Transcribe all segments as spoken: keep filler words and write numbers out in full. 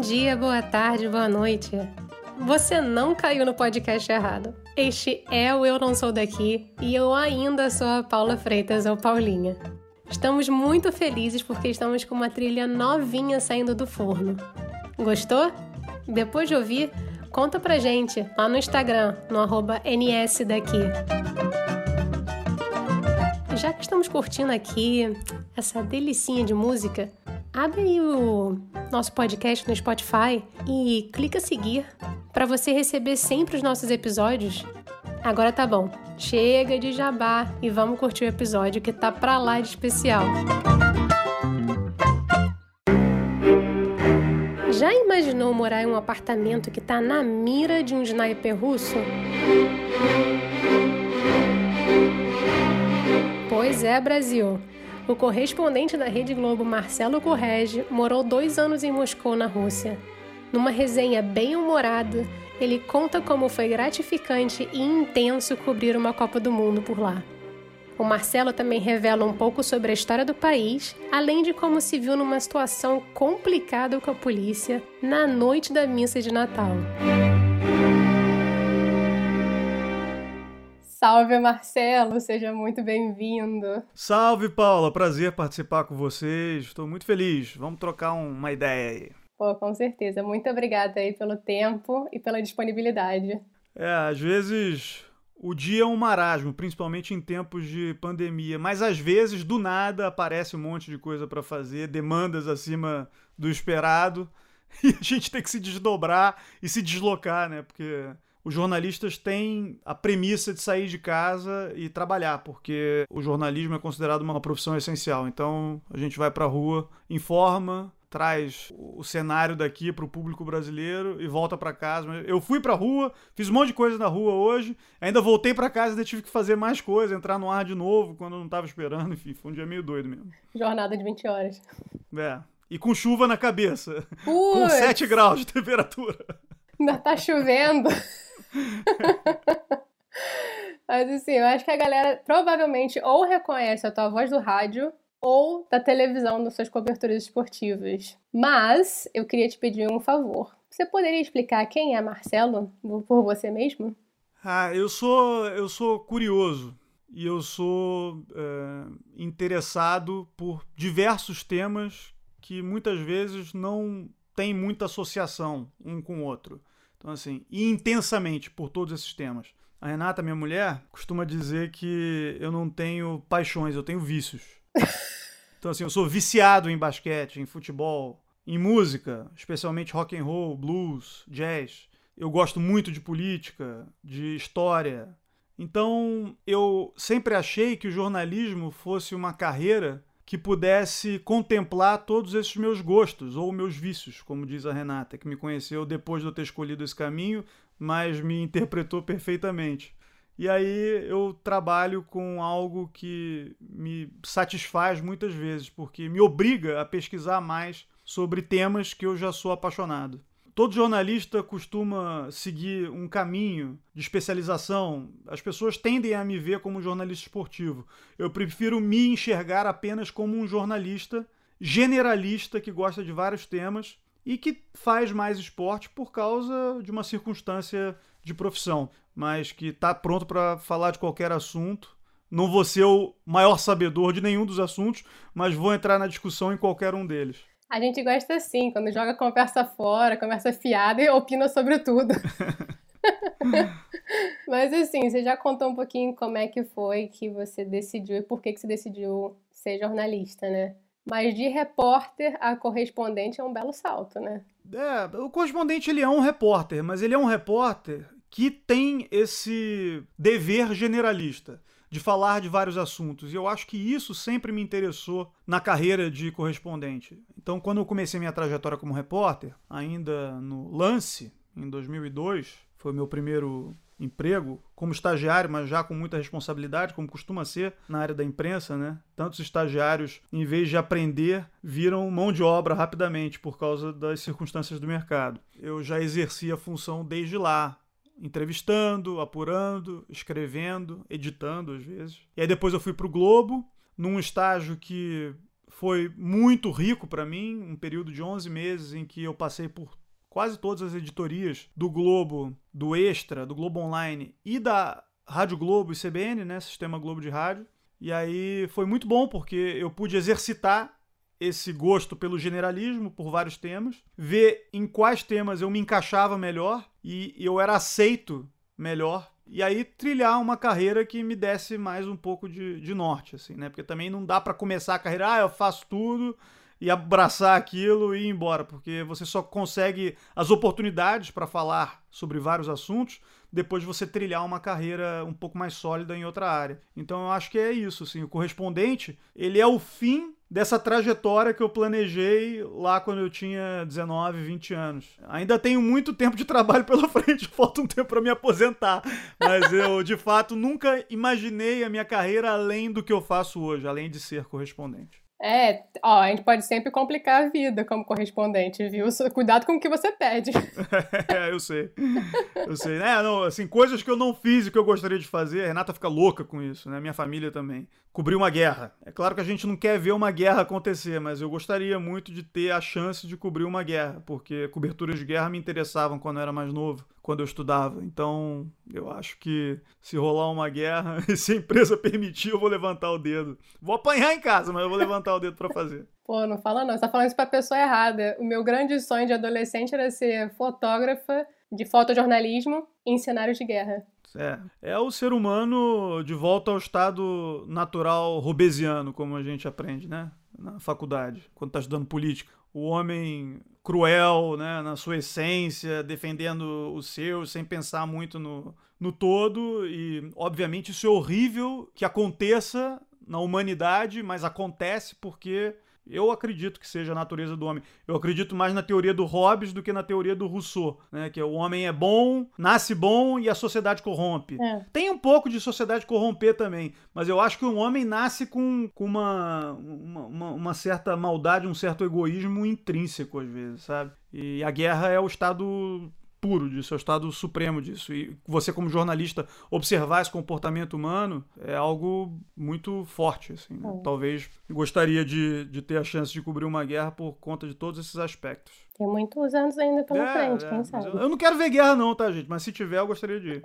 dia, boa tarde, boa noite. Você não caiu no podcast errado. Este é o Eu Não Sou Daqui e eu ainda sou a Paula Freitas, ou Paulinha. Estamos muito felizes porque estamos com uma trilha novinha saindo do forno. Gostou? Depois de ouvir, conta pra gente lá no Instagram, no arroba nsdaqui. Já que estamos curtindo aqui essa delicinha de música, abre aí o nosso podcast no Spotify e clica seguir para você receber sempre os nossos episódios. Agora tá bom, chega de jabá e vamos curtir o episódio que tá pra lá de especial. Já imaginou morar em um apartamento que tá na mira de um sniper russo? Pois é, Brasil. O correspondente da Rede Globo, Marcelo Correge, morou dois anos em Moscou, na Rússia. Numa resenha bem humorada, ele conta como foi gratificante e intenso cobrir uma Copa do Mundo por lá. O Marcelo também revela um pouco sobre a história do país, além de como se viu numa situação complicada com a polícia na noite da missa de Natal. Salve, Marcelo! Seja muito bem-vindo! Salve, Paula! Prazer participar com vocês. Estou muito feliz. Vamos trocar uma ideia aí. Pô, com certeza. Muito obrigada aí pelo tempo e pela disponibilidade. É, às vezes o dia é um marasmo, principalmente em tempos de pandemia. Mas às vezes, do nada, aparece um monte de coisa para fazer, demandas acima do esperado. E a gente tem que se desdobrar e se deslocar, né? Porque os jornalistas têm a premissa de sair de casa e trabalhar, porque o jornalismo é considerado uma profissão essencial. Então, a gente vai para a rua, informa, traz o cenário daqui para o público brasileiro e volta para casa. Eu fui para a rua, fiz um monte de coisa na rua hoje, ainda voltei para casa e ainda tive que fazer mais coisa, entrar no ar de novo quando eu não estava esperando. Enfim, foi um dia meio doido mesmo. Jornada de vinte horas. É, e com chuva na cabeça, Puts. com sete graus de temperatura. Ainda tá chovendo. Mas assim, eu acho que a galera provavelmente ou reconhece a tua voz do rádio ou da televisão nas suas coberturas esportivas. Mas eu queria te pedir um favor. Você poderia explicar quem é Marcelo por você mesmo? Ah, eu sou, eu sou curioso e eu sou é, interessado por diversos temas que muitas vezes não têm muita associação um com o outro. Então, assim, e intensamente por todos esses temas. A Renata, minha mulher, costuma dizer que eu não tenho paixões, eu tenho vícios. Então, assim, eu sou viciado em basquete, em futebol, em música, especialmente rock and roll, blues, jazz. Eu gosto muito de política, de história. Então, eu sempre achei que o jornalismo fosse uma carreira que pudesse contemplar todos esses meus gostos, ou meus vícios, como diz a Renata, que me conheceu depois de eu ter escolhido esse caminho, mas me interpretou perfeitamente. E aí eu trabalho com algo que me satisfaz muitas vezes, porque me obriga a pesquisar mais sobre temas que eu já sou apaixonado. Todo jornalista costuma seguir um caminho de especialização. As pessoas tendem a me ver como um jornalista esportivo. Eu prefiro me enxergar apenas como um jornalista generalista que gosta de vários temas e que faz mais esporte por causa de uma circunstância de profissão, mas que está pronto para falar de qualquer assunto. Não vou ser o maior sabedor de nenhum dos assuntos, mas vou entrar na discussão em qualquer um deles. A gente gosta assim, quando joga conversa fora, conversa fiada e opina sobre tudo. Mas assim, você já contou um pouquinho como é que foi que você decidiu e por que que você decidiu ser jornalista, né? Mas de repórter a correspondente é um belo salto, né? É, o correspondente ele é um repórter, mas ele é um repórter que tem esse dever generalista de falar de vários assuntos. E eu acho que isso sempre me interessou na carreira de correspondente. Então, quando eu comecei minha trajetória como repórter, ainda no Lance, em dois mil e dois, foi o meu primeiro emprego como estagiário, mas já com muita responsabilidade, como costuma ser na área da imprensa, né? Tantos estagiários, em vez de aprender, viram mão de obra rapidamente por causa das circunstâncias do mercado. Eu já exerci a função desde lá, entrevistando, apurando, escrevendo, editando às vezes. E aí depois eu fui para o Globo, num estágio que foi muito rico para mim, um período de onze meses em que eu passei por quase todas as editorias do Globo, do Extra, do Globo Online e da Rádio Globo e C B N, né, Sistema Globo de Rádio. E aí foi muito bom porque eu pude exercitar esse gosto pelo generalismo, por vários temas, ver em quais temas eu me encaixava melhor e eu era aceito melhor. E aí trilhar uma carreira que me desse mais um pouco de, de norte, assim, né? Porque também não dá para começar a carreira, ah, eu faço tudo e abraçar aquilo e ir embora, porque você só consegue as oportunidades para falar sobre vários assuntos depois de você trilhar uma carreira um pouco mais sólida em outra área. Então eu acho que é isso, assim, o Correspondente, ele é o fim dessa trajetória que eu planejei lá quando eu tinha dezenove, vinte anos. Ainda tenho muito tempo de trabalho pela frente, falta um tempo para me aposentar, mas eu, de fato, nunca imaginei a minha carreira além do que eu faço hoje, além de ser correspondente. É, ó, a gente pode sempre complicar a vida como correspondente, viu? Cuidado com o que você pede. É, eu sei. Eu sei. É, não, assim, coisas que eu não fiz e que eu gostaria de fazer, a Renata fica louca com isso, né? Minha família também. Cobrir uma guerra. É claro que a gente não quer ver uma guerra acontecer, mas eu gostaria muito de ter a chance de cobrir uma guerra, porque coberturas de guerra me interessavam quando eu era mais novo, quando eu estudava. Então, eu acho que se rolar uma guerra e se a empresa permitir, eu vou levantar o dedo. Vou apanhar em casa, mas eu vou levantar o dedo pra fazer. Pô, não fala não. Você tá falando isso pra pessoa errada. O meu grande sonho de adolescente era ser fotógrafa de fotojornalismo em cenários de guerra. É, é o ser humano de volta ao estado natural robesiano, como a gente aprende, né? Na faculdade, quando tá estudando política. O homem cruel, né, na sua essência, defendendo os seus, sem pensar muito no, no todo. E, obviamente, isso é horrível que aconteça na humanidade, mas acontece porque eu acredito que seja a natureza do homem. Eu acredito mais na teoria do Hobbes do que na teoria do Rousseau, né? Que o homem é bom, nasce bom e a sociedade corrompe. É. Tem um pouco de sociedade corromper também, mas eu acho que o homem nasce com, com uma, uma, uma certa maldade, um certo egoísmo intrínseco às vezes, sabe? E a guerra é o estado puro disso, é o estado supremo disso. E você, como jornalista, observar esse comportamento humano é algo muito forte, assim, né? É. Talvez gostaria de, de ter a chance de cobrir uma guerra por conta de todos esses aspectos. Tem muitos anos ainda pela é, frente, é, quem sabe? Eu, eu não quero ver guerra não, tá, gente? Mas se tiver, eu gostaria de ir.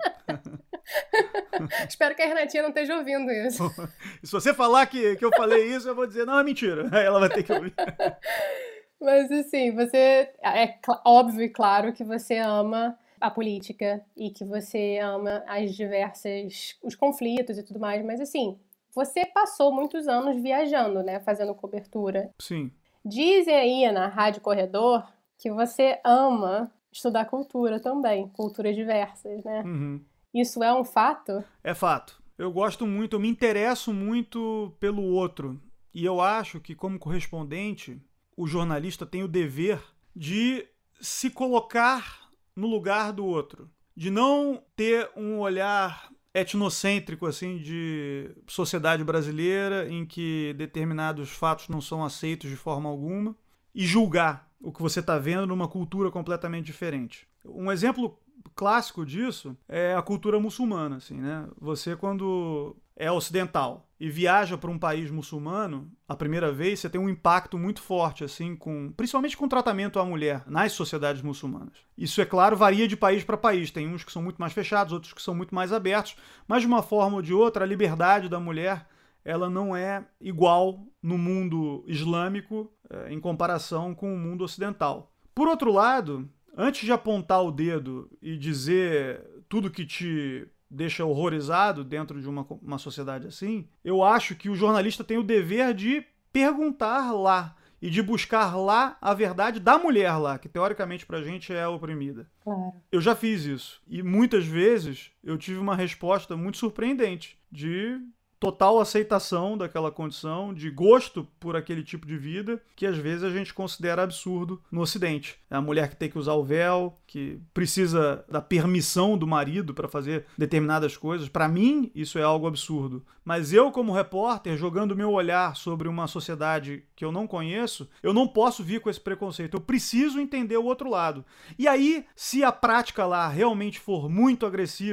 Espero que a Renatinha não esteja ouvindo isso. E se você falar que, que eu falei isso, eu vou dizer, não, é mentira. Aí ela vai ter que ouvir. Mas assim, você é óbvio e claro que você ama a política e que você ama as diversas, os conflitos e tudo mais, mas assim, você passou muitos anos viajando, né, fazendo cobertura. Sim. Dizem aí na Rádio Corredor que você ama estudar cultura também, culturas diversas, né? Uhum. Isso é um fato? É fato. Eu gosto muito, eu me interesso muito pelo outro. E eu acho que, como correspondente, o jornalista tem o dever de se colocar no lugar do outro, de não ter um olhar etnocêntrico assim de sociedade brasileira em que determinados fatos não são aceitos de forma alguma e julgar o que você está vendo numa cultura completamente diferente. Um exemplo clássico disso é a cultura muçulmana, assim, né? Você, quando é ocidental e viaja para um país muçulmano, a primeira vez você tem um impacto muito forte, assim, com, principalmente com o tratamento à mulher nas sociedades muçulmanas. Isso, é claro, varia de país para país. Tem uns que são muito mais fechados, outros que são muito mais abertos, mas de uma forma ou de outra, a liberdade da mulher ela não é igual no mundo islâmico é, em comparação com o mundo ocidental. Por outro lado, antes de apontar o dedo e dizer tudo que te deixa horrorizado dentro de uma, uma sociedade assim, eu acho que o jornalista tem o dever de perguntar lá e de buscar lá a verdade da mulher lá, que teoricamente pra gente é oprimida. Claro. Eu já fiz isso. E muitas vezes eu tive uma resposta muito surpreendente de total aceitação daquela condição, de gosto por aquele tipo de vida, que às vezes a gente considera absurdo no Ocidente. É a mulher que tem que usar o véu, que precisa da permissão do marido para fazer determinadas coisas. Para mim, isso é algo absurdo. Mas eu, como repórter, jogando meu olhar sobre uma sociedade que eu não conheço, eu não posso vir com esse preconceito. Eu preciso entender o outro lado. E aí, se a prática lá realmente for muito agressiva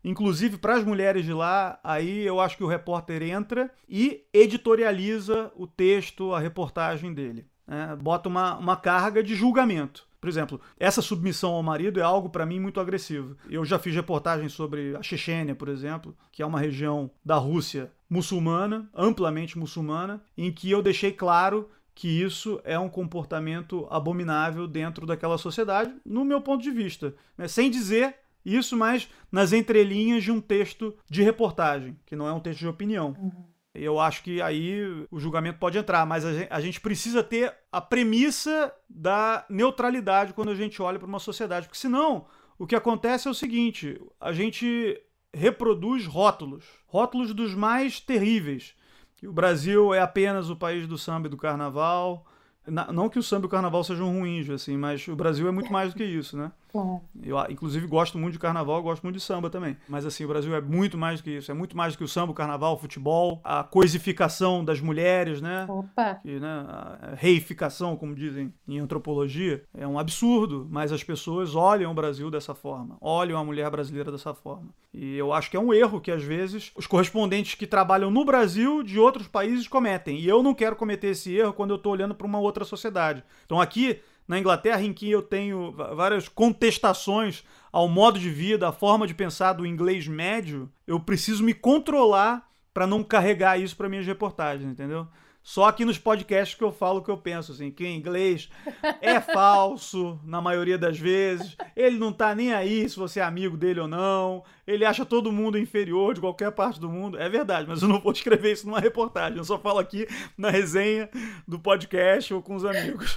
inclusive para as mulheres de lá, aí eu acho que o repórter entra e editorializa o texto, a reportagem dele. Né? Bota uma, uma carga de julgamento. Por exemplo, essa submissão ao marido é algo para mim muito agressivo. Eu já fiz reportagens sobre a Chechênia, por exemplo, que é uma região da Rússia muçulmana, amplamente muçulmana, em que eu deixei claro que isso é um comportamento abominável dentro daquela sociedade, no meu ponto de vista. Né? Sem dizer isso, mas nas entrelinhas de um texto de reportagem, que não é um texto de opinião. Uhum. Eu acho que aí o julgamento pode entrar, mas a gente precisa ter a premissa da neutralidade quando a gente olha para uma sociedade, porque senão o que acontece é o seguinte, a gente reproduz rótulos, rótulos dos mais terríveis, que o Brasil é apenas o país do samba e do carnaval, não que o samba e o carnaval sejam ruins, assim, mas o Brasil é muito mais do que isso, né? Claro. Eu, inclusive, gosto muito de carnaval, gosto muito de samba também. Mas, assim, o Brasil é muito mais do que isso. É muito mais do que o samba, o carnaval, o futebol, a coisificação das mulheres, né? Opa! Que, né? A reificação, como dizem em antropologia, é um absurdo. Mas as pessoas olham o Brasil dessa forma, olham a mulher brasileira dessa forma. E eu acho que é um erro que, às vezes, os correspondentes que trabalham no Brasil de outros países cometem. E eu não quero cometer esse erro quando eu estou olhando para uma outra sociedade. Então, aqui na Inglaterra, em que eu tenho várias contestações ao modo de vida, à forma de pensar do inglês médio, eu preciso me controlar para não carregar isso para minhas reportagens, entendeu? Só aqui nos podcasts que eu falo o que eu penso, assim, que o inglês é falso na maioria das vezes, ele não tá nem aí se você é amigo dele ou não, ele acha todo mundo inferior de qualquer parte do mundo, é verdade, mas eu não vou escrever isso numa reportagem, eu só falo aqui na resenha do podcast ou com os amigos.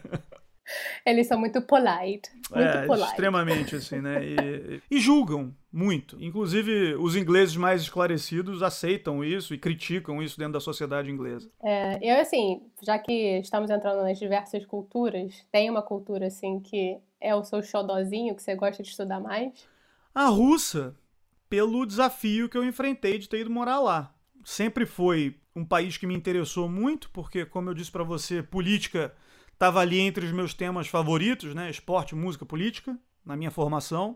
Eles são muito polite, muito é, polite. Extremamente, assim, né? E, e julgam muito. Inclusive, os ingleses mais esclarecidos aceitam isso e criticam isso dentro da sociedade inglesa. É, eu, assim, já que estamos entrando nas diversas culturas, tem uma cultura, assim, que é o seu xodozinho, que você gosta de estudar mais? A russa, pelo desafio que eu enfrentei de ter ido morar lá. Sempre foi um país que me interessou muito, porque, como eu disse pra você, política estava ali entre os meus temas favoritos, né? Esporte, música, política, na minha formação.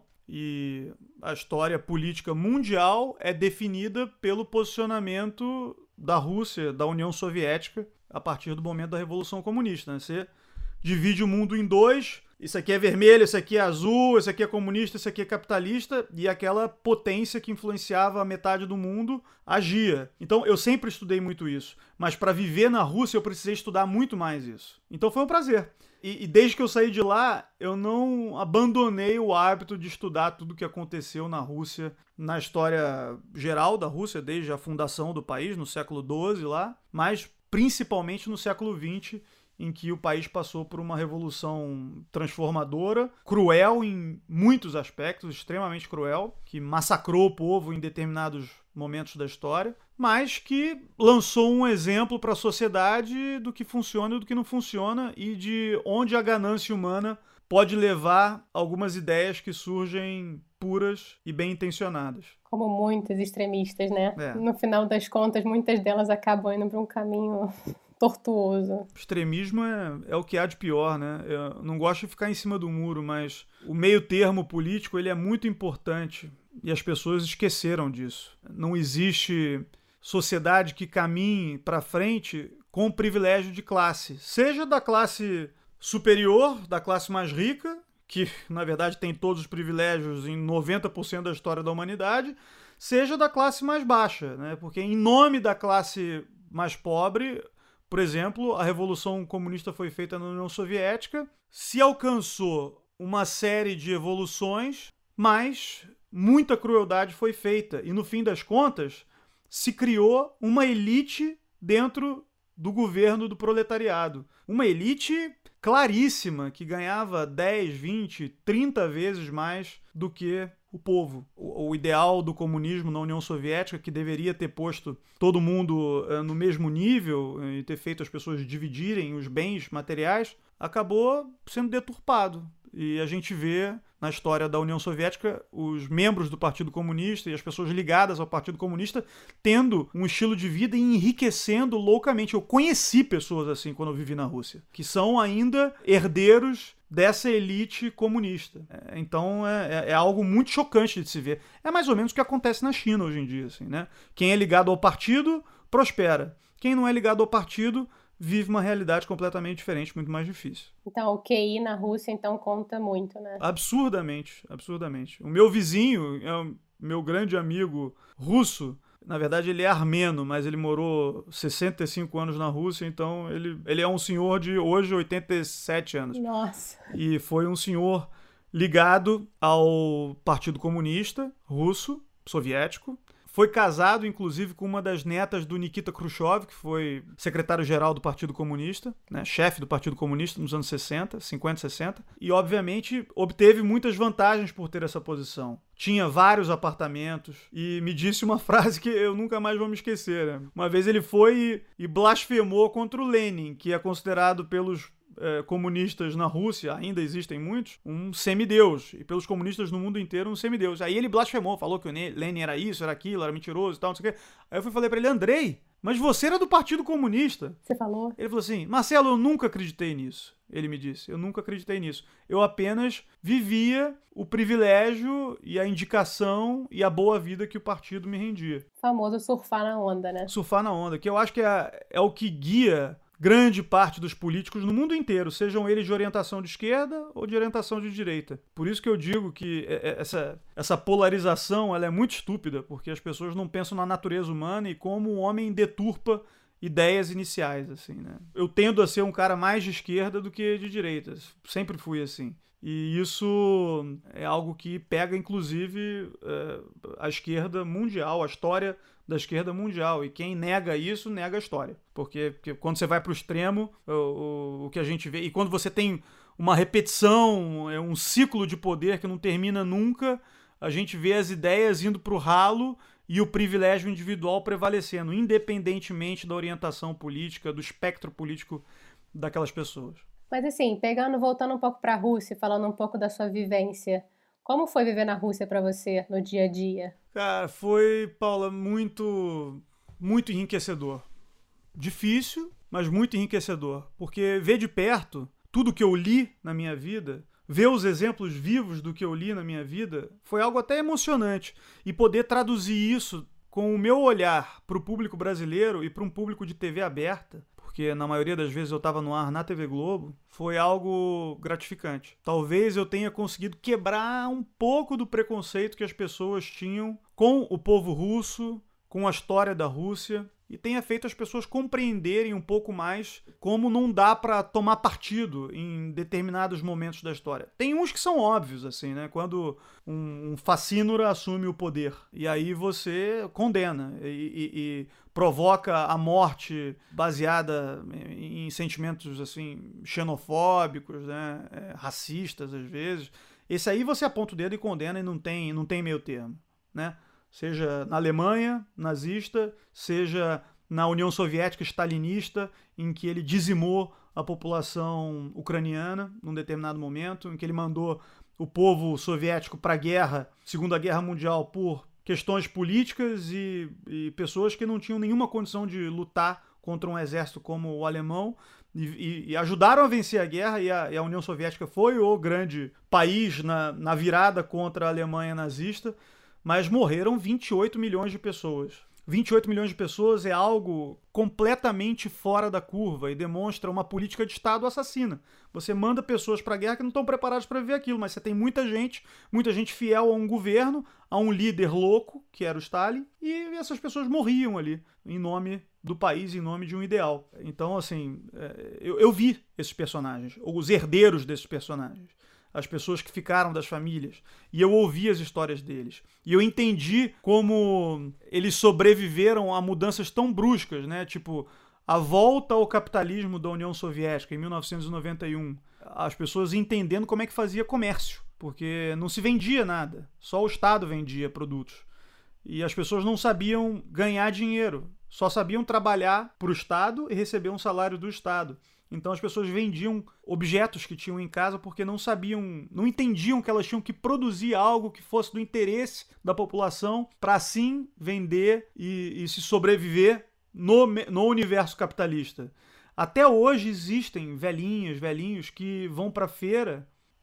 E a história política mundial é definida pelo posicionamento da Rússia, da União Soviética, a partir do momento da Revolução Comunista. Né? Você divide o mundo em dois, isso aqui é vermelho, isso aqui é azul, isso aqui é comunista, isso aqui é capitalista, e aquela potência que influenciava a metade do mundo agia. Então eu sempre estudei muito isso, mas para viver na Rússia eu precisei estudar muito mais isso. Então foi um prazer. E, e desde que eu saí de lá, eu não abandonei o hábito de estudar tudo o que aconteceu na Rússia, na história geral da Rússia, desde a fundação do país, no século doze lá, mas principalmente no século vinte, em que o país passou por uma revolução transformadora, cruel em muitos aspectos, extremamente cruel, que massacrou o povo em determinados momentos da história, mas que lançou um exemplo para a sociedade do que funciona e do que não funciona e de onde a ganância humana pode levar algumas ideias que surgem puras e bem intencionadas. Como muitas extremistas, né? É. No final das contas, muitas delas acabam indo para um caminho tortuoso. O extremismo é, é o que há de pior, né? Eu não gosto de ficar em cima do muro, mas o meio termo político ele é muito importante e as pessoas esqueceram disso. Não existe sociedade que caminhe para frente com privilégio de classe. Seja da classe superior, da classe mais rica, que na verdade tem todos os privilégios em noventa por cento da história da humanidade, seja da classe mais baixa, né? Porque em nome da classe mais pobre, por exemplo, a Revolução Comunista foi feita na União Soviética, se alcançou uma série de evoluções, mas muita crueldade foi feita. E no fim das contas, se criou uma elite dentro do governo do proletariado. Uma elite claríssima, que ganhava dez, vinte, trinta vezes mais do que o povo. O, o ideal do comunismo na União Soviética, que deveria ter posto todo mundo uh, no mesmo nível e ter feito as pessoas dividirem os bens materiais, acabou sendo deturpado. E a gente vê na história da União Soviética os membros do Partido Comunista e as pessoas ligadas ao Partido Comunista tendo um estilo de vida e enriquecendo loucamente. Eu conheci pessoas assim quando eu vivi na Rússia, que são ainda herdeiros dessa elite comunista. É, então é, é algo muito chocante de se ver. É mais ou menos o que acontece na China hoje em dia. Assim, né? Quem é ligado ao partido, prospera. Quem não é ligado ao partido, vive uma realidade completamente diferente, muito mais difícil. Então o Q I na Rússia então conta muito, né? Absurdamente, absurdamente. O meu vizinho é o meu grande amigo russo. Na verdade, ele é armeno, mas ele morou sessenta e cinco anos na Rússia, então ele, ele é um senhor de hoje oitenta e sete anos. Nossa. E foi um senhor ligado ao Partido Comunista Russo, soviético. Foi casado, inclusive, com uma das netas do Nikita Khrushchev, que foi secretário-geral do Partido Comunista, né, chefe do Partido Comunista nos anos sessenta, cinquenta, sessenta. E, obviamente, obteve muitas vantagens por ter essa posição. Tinha vários apartamentos e me disse uma frase que eu nunca mais vou me esquecer. Né? Uma vez ele foi e blasfemou contra o Lenin, que é considerado pelos É, comunistas na Rússia, ainda existem muitos, um semideus, e pelos comunistas no mundo inteiro um semideus. Aí ele blasfemou, falou que o Lenin era isso, era aquilo, era mentiroso e tal, não sei o quê. Aí eu fui falei pra ele, Andrei, mas você era do Partido Comunista. Você falou? Ele falou assim, Marcelo, eu nunca acreditei nisso. Ele me disse, eu nunca acreditei nisso. Eu apenas vivia o privilégio e a indicação e a boa vida que o partido me rendia. O famoso surfar na onda, né? Surfar na onda, que eu acho que é, é o que guia grande parte dos políticos no mundo inteiro, sejam eles de orientação de esquerda ou de orientação de direita. Por isso que eu digo que essa, essa polarização ela é muito estúpida, porque as pessoas não pensam na natureza humana e como o homem deturpa ideias iniciais. Assim, né? Eu tendo a ser um cara mais de esquerda do que de direita. Sempre fui assim. E isso é algo que pega, inclusive, a esquerda mundial, a história da esquerda mundial. E quem nega isso, nega a história. Porque, porque quando você vai para o extremo, o, o que a gente vê... E quando você tem uma repetição, um ciclo de poder que não termina nunca, a gente vê as ideias indo para o ralo e o privilégio individual prevalecendo, independentemente da orientação política, do espectro político daquelas pessoas. Mas assim, pegando, voltando um pouco para a Rússia, falando um pouco da sua vivência, como foi viver na Rússia para você no dia a dia? Cara, foi, Paula, muito, muito enriquecedor. Difícil, mas muito enriquecedor. Porque ver de perto tudo que eu li na minha vida, ver os exemplos vivos do que eu li na minha vida, foi algo até emocionante. E poder traduzir isso com o meu olhar para o público brasileiro e para um público de T V aberta, porque na maioria das vezes eu estava no ar na T V Globo, foi algo gratificante. Talvez eu tenha conseguido quebrar um pouco do preconceito que as pessoas tinham com o povo russo, com a história da Rússia, e tenha feito as pessoas compreenderem um pouco mais como não dá para tomar partido em determinados momentos da história. Tem uns que são óbvios, assim, né? Quando um, um facínora assume o poder, e aí você condena e, e, e provoca a morte baseada em sentimentos assim xenofóbicos, né? É, racistas às vezes. Esse aí você aponta o dedo e condena e não tem, não tem meio termo, né? Seja na Alemanha nazista, seja na União Soviética stalinista, em que ele dizimou a população ucraniana num determinado momento, em que ele mandou o povo soviético para a guerra, Segunda Guerra Mundial, por questões políticas e, e pessoas que não tinham nenhuma condição de lutar contra um exército como o alemão, e, e, e ajudaram a vencer a guerra, e a, e a União Soviética foi o grande país na, na virada contra a Alemanha nazista, mas morreram vinte e oito milhões de pessoas. vinte e oito milhões de pessoas é algo completamente fora da curva e demonstra uma política de Estado assassina. Você manda pessoas para a guerra que não estão preparadas para viver aquilo, mas você tem muita gente, muita gente fiel a um governo, a um líder louco, que era o Stalin, e essas pessoas morriam ali, em nome do país, em nome de um ideal. Então, assim, eu, eu vi esses personagens, os herdeiros desses personagens. As pessoas que ficaram das famílias, e eu ouvi as histórias deles. E eu entendi como eles sobreviveram a mudanças tão bruscas, né? Tipo, a volta ao capitalismo da União Soviética em mil novecentos e noventa e um. As pessoas entendendo como é que fazia comércio, porque não se vendia nada, só o Estado vendia produtos. E as pessoas não sabiam ganhar dinheiro, só sabiam trabalhar para o Estado e receber um salário do Estado. Então as pessoas vendiam objetos que tinham em casa porque não sabiam, não entendiam que elas tinham que produzir algo que fosse do interesse da população para assim vender e, e se sobreviver no, no universo capitalista. Até hoje existem velhinhas, velhinhos que vão para a feira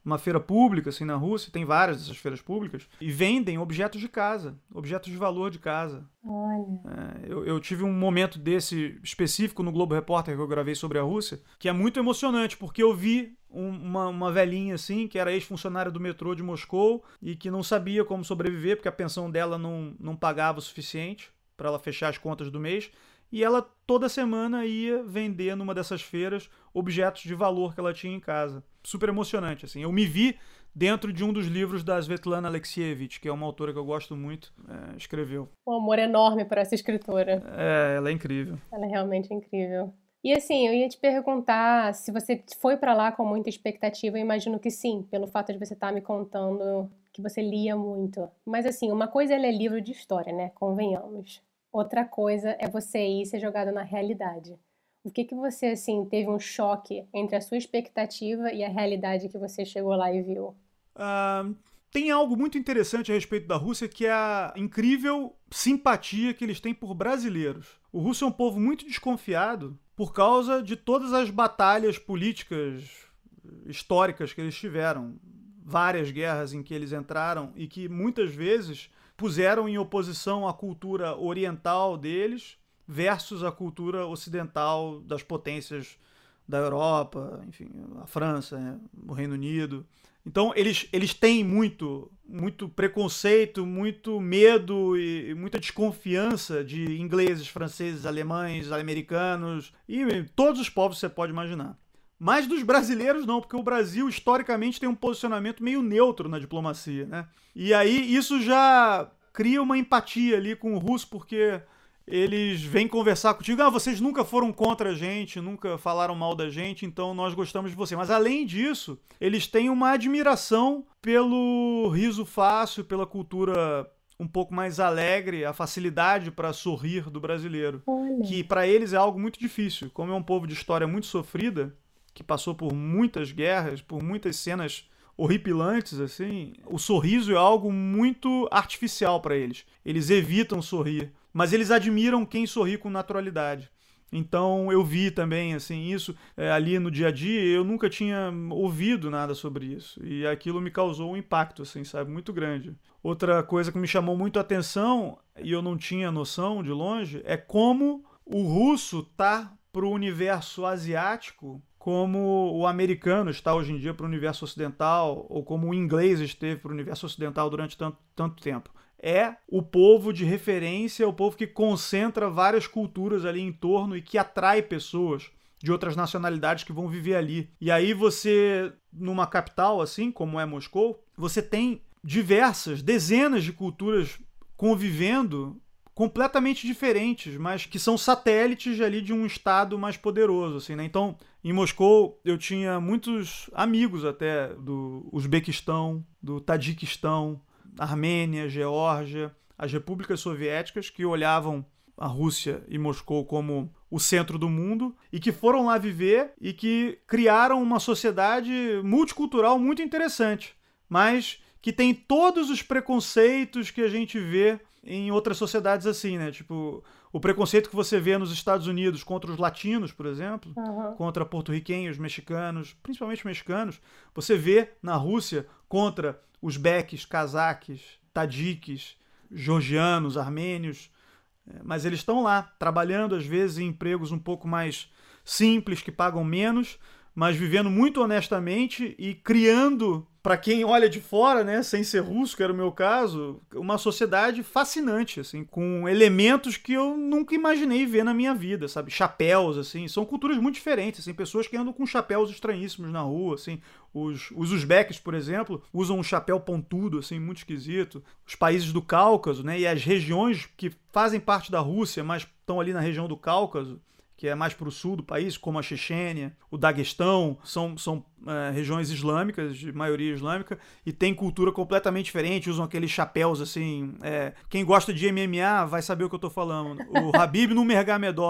uma feira pública, assim, na Rússia, tem várias dessas feiras públicas, e vendem objetos de casa, objetos de valor de casa. Olha. É, eu, eu tive um momento desse específico no Globo Repórter que eu gravei sobre a Rússia, que é muito emocionante, porque eu vi um, uma, uma velhinha, assim, que era ex-funcionária do metrô de Moscou e que não sabia como sobreviver, porque a pensão dela não, não pagava o suficiente para ela fechar as contas do mês, e ela toda semana ia vender numa dessas feiras objetos de valor que ela tinha em casa. Super emocionante, assim. Eu me vi dentro de um dos livros da Svetlana Alexievich, que é uma autora que eu gosto muito, é, escreveu. Um amor enorme por essa escritora. É, ela é incrível. Ela é realmente incrível. E assim, eu ia te perguntar se você foi pra lá com muita expectativa. Eu imagino que sim, pelo fato de você estar me contando que você lia muito. Mas assim, uma coisa é ler livro de história, né? Convenhamos. Outra coisa é você ir ser jogado na realidade. O que que você, assim, teve um choque entre a sua expectativa e a realidade que você chegou lá e viu? Uh, tem algo muito interessante a respeito da Rússia, que é a incrível simpatia que eles têm por brasileiros. O russo é um povo muito desconfiado por causa de todas as batalhas políticas históricas que eles tiveram. Várias guerras em que eles entraram e que muitas vezes puseram em oposição a cultura oriental deles versus a cultura ocidental das potências da Europa, enfim, a França, né, o Reino Unido. Então, eles, eles têm muito, muito preconceito, muito medo e muita desconfiança de ingleses, franceses, alemães, americanos e todos os povos que você pode imaginar. Mas dos brasileiros não, porque o Brasil historicamente tem um posicionamento meio neutro na diplomacia, né? E aí isso já cria uma empatia ali com o russo, porque eles vêm conversar contigo, ah, vocês nunca foram contra a gente, nunca falaram mal da gente, então nós gostamos de você. Mas além disso, eles têm uma admiração pelo riso fácil, pela cultura um pouco mais alegre, a facilidade para sorrir do brasileiro. Olha. Que para eles é algo muito difícil. Como é um povo de história muito sofrida, que passou por muitas guerras, por muitas cenas horripilantes, assim, o sorriso é algo muito artificial para eles. Eles evitam sorrir, mas eles admiram quem sorri com naturalidade. Então eu vi também assim isso é, ali no dia a dia. Eu nunca tinha ouvido nada sobre isso e aquilo me causou um impacto, assim, sabe, muito grande. Outra coisa que me chamou muito a atenção e eu não tinha noção de longe é como o russo tá pro universo asiático como o americano está hoje em dia para o universo ocidental, ou como o inglês esteve para o universo ocidental durante tanto, tanto tempo. É o povo de referência, é o povo que concentra várias culturas ali em torno e que atrai pessoas de outras nacionalidades que vão viver ali. E aí você, numa capital assim, como é Moscou, você tem diversas, dezenas de culturas convivendo completamente diferentes, mas que são satélites ali de um estado mais poderoso, assim, né? Então, em Moscou, eu tinha muitos amigos até do Uzbequistão, do Tadiquistão, Armênia, Geórgia, as repúblicas soviéticas que olhavam a Rússia e Moscou como o centro do mundo e que foram lá viver e que criaram uma sociedade multicultural muito interessante, mas que tem todos os preconceitos que a gente vê em outras sociedades assim, né? Tipo, o preconceito que você vê nos Estados Unidos contra os latinos, por exemplo, Uhum. contra porto-riquenhos, mexicanos, principalmente mexicanos, você vê na Rússia contra uzbeques, cazaques, tadiques, georgianos, armênios, mas eles estão lá, trabalhando às vezes em empregos um pouco mais simples, que pagam menos, mas vivendo muito honestamente e criando, para quem olha de fora, né, sem ser russo, que era o meu caso, uma sociedade fascinante, assim, com elementos que eu nunca imaginei ver na minha vida, sabe? Chapéus, assim, são culturas muito diferentes, assim, pessoas que andam com chapéus estranhíssimos na rua, assim, os, os uzbeques, por exemplo, usam um chapéu pontudo, assim, muito esquisito. Os países do Cáucaso, né, e as regiões que fazem parte da Rússia, mas estão ali na região do Cáucaso, que é mais para o sul do país, como a Chechênia, o Daguestão, são, são é, regiões islâmicas, de maioria islâmica, e tem cultura completamente diferente, usam aqueles chapéus assim... É, quem gosta de M M A vai saber o que eu estou falando. O Habib Nurmagomedov,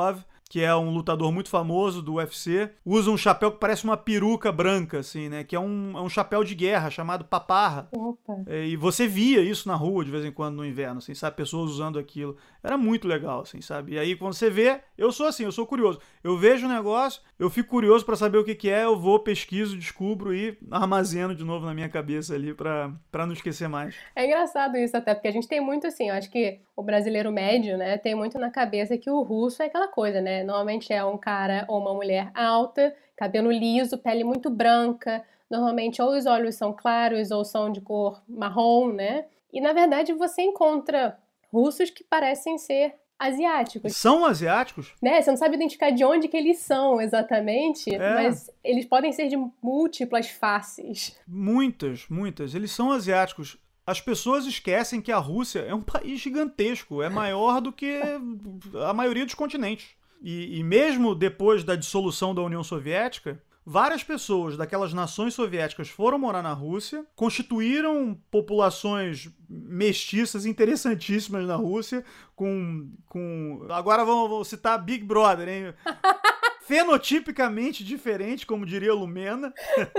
que é um lutador muito famoso do U F C, usa um chapéu que parece uma peruca branca, assim, né? Que é um, é um chapéu de guerra chamado paparra. Opa. E você via isso na rua de vez em quando no inverno, assim, sabe? Pessoas usando aquilo. Era muito legal, assim, sabe? E aí quando você vê, eu sou assim, eu sou curioso. Eu vejo o negócio, eu fico curioso pra saber o que que é, eu vou, pesquiso, descubro e armazeno de novo na minha cabeça ali pra, pra não esquecer mais. É engraçado isso até, porque a gente tem muito assim, eu acho que o brasileiro médio, né, tem muito na cabeça que o russo é aquela coisa, né? Normalmente é um cara ou uma mulher alta, cabelo liso, pele muito branca, normalmente ou os olhos são claros ou são de cor marrom, né? E na verdade você encontra russos que parecem ser asiáticos. São asiáticos? Né? Você não sabe identificar de onde que eles são exatamente, É. mas eles podem ser de múltiplas faces. Muitas, muitas. Eles são asiáticos. As pessoas esquecem que a Rússia é um país gigantesco, é maior do que a maioria dos continentes. E, e mesmo depois da dissolução da União Soviética, várias pessoas daquelas nações soviéticas foram morar na Rússia, constituíram populações mestiças interessantíssimas na Rússia, com... com... Agora vamos citar Big Brother, hein? Fenotipicamente diferente, como diria Lumena,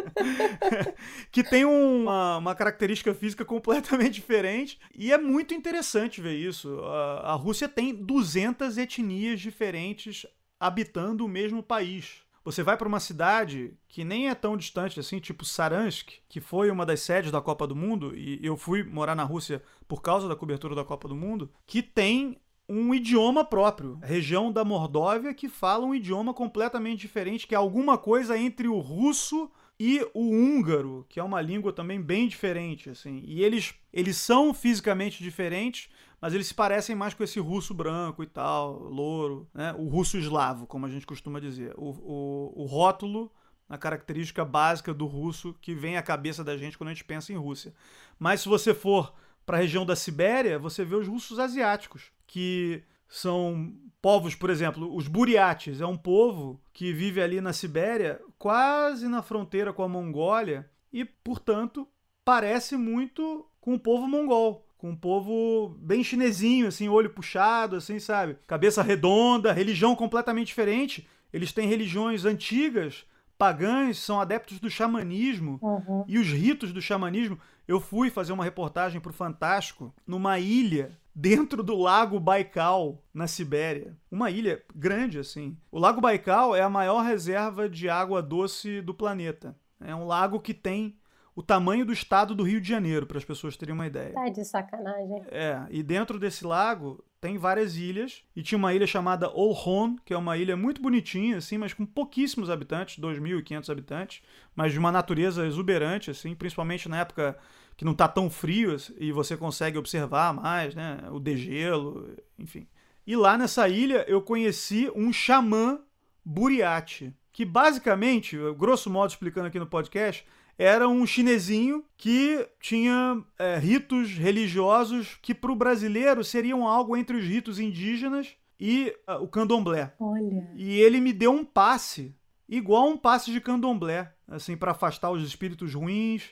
que tem uma, uma característica física completamente diferente, e é muito interessante ver isso. A, a Rússia tem duzentas etnias diferentes habitando o mesmo país. Você vai para uma cidade que nem é tão distante assim, tipo Saransk, que foi uma das sedes da Copa do Mundo, e eu fui morar na Rússia por causa da cobertura da Copa do Mundo, que tem um idioma próprio. A região da Mordóvia que fala um idioma completamente diferente, que é alguma coisa entre o russo e o húngaro, que é uma língua também bem diferente, assim. E eles, eles são fisicamente diferentes, mas eles se parecem mais com esse russo branco e tal, louro, né? O russo eslavo, como a gente costuma dizer. O, o, o rótulo, a característica básica do russo que vem à cabeça da gente quando a gente pensa em Rússia. Mas se você for para a região da Sibéria, você vê os russos asiáticos, que são povos, por exemplo, os buriates, é um povo que vive ali na Sibéria, quase na fronteira com a Mongólia, e, portanto, parece muito com o povo mongol, com um povo bem chinesinho, assim, olho puxado, assim, sabe? Cabeça redonda, religião completamente diferente. Eles têm religiões antigas, pagãs, são adeptos do xamanismo, uhum. E os ritos do xamanismo. Eu fui fazer uma reportagem pro Fantástico numa ilha dentro do Lago Baikal, na Sibéria. Uma ilha grande, assim. O Lago Baikal é a maior reserva de água doce do planeta. É um lago que tem o tamanho do estado do Rio de Janeiro, para as pessoas terem uma ideia. Tá de sacanagem. É, e dentro desse lago tem várias ilhas, e tinha uma ilha chamada Olkhon, que é uma ilha muito bonitinha, assim, mas com pouquíssimos habitantes, dois mil e quinhentos habitantes, mas de uma natureza exuberante, assim, principalmente na época que não tá tão frio e você consegue observar mais, né, o degelo, enfim. E lá nessa ilha eu conheci um xamã buriate, que basicamente, grosso modo explicando aqui no podcast, era um chinesinho que tinha é, ritos religiosos que para o brasileiro seriam algo entre os ritos indígenas e uh, o candomblé. Olha. E ele me deu um passe, igual um passe de candomblé, assim, para afastar os espíritos ruins.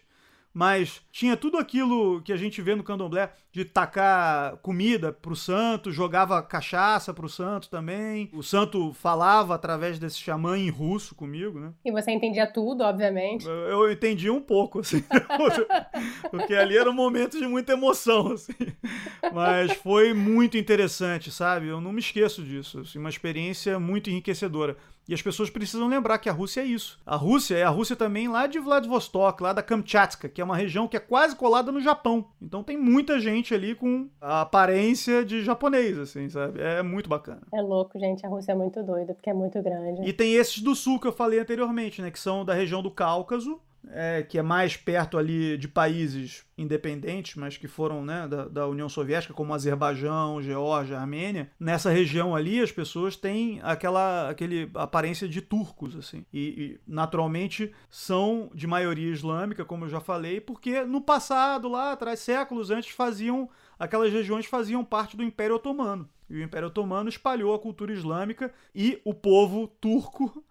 Mas tinha tudo aquilo que a gente vê no candomblé, de tacar comida pro santo, jogava cachaça pro santo também. O santo falava através desse xamã em russo comigo, né? E você entendia tudo, obviamente. Eu, eu entendi um pouco, assim. Porque ali era um momento de muita emoção, assim. Mas foi muito interessante, sabe? Eu não me esqueço disso. Assim, uma experiência muito enriquecedora. E as pessoas precisam lembrar que a Rússia é isso. A Rússia é a Rússia também lá de Vladivostok, lá da Kamchatka, que é uma região que é quase colada no Japão. Então tem muita gente ali com a aparência de japonês, assim, sabe? É muito bacana. É louco, gente. A Rússia é muito doida, porque é muito grande. E tem esses do sul que eu falei anteriormente, né? Que são da região do Cáucaso, É, que é mais perto ali de países independentes, mas que foram, né, da, da União Soviética, como Azerbaijão, Geórgia, Armênia. Nessa região ali, as pessoas têm aquela aquele aparência de turcos, assim. E, e, naturalmente, são de maioria islâmica, como eu já falei, porque no passado, lá atrás, séculos antes, faziam aquelas regiões faziam parte do Império Otomano. E o Império Otomano espalhou a cultura islâmica e o povo turco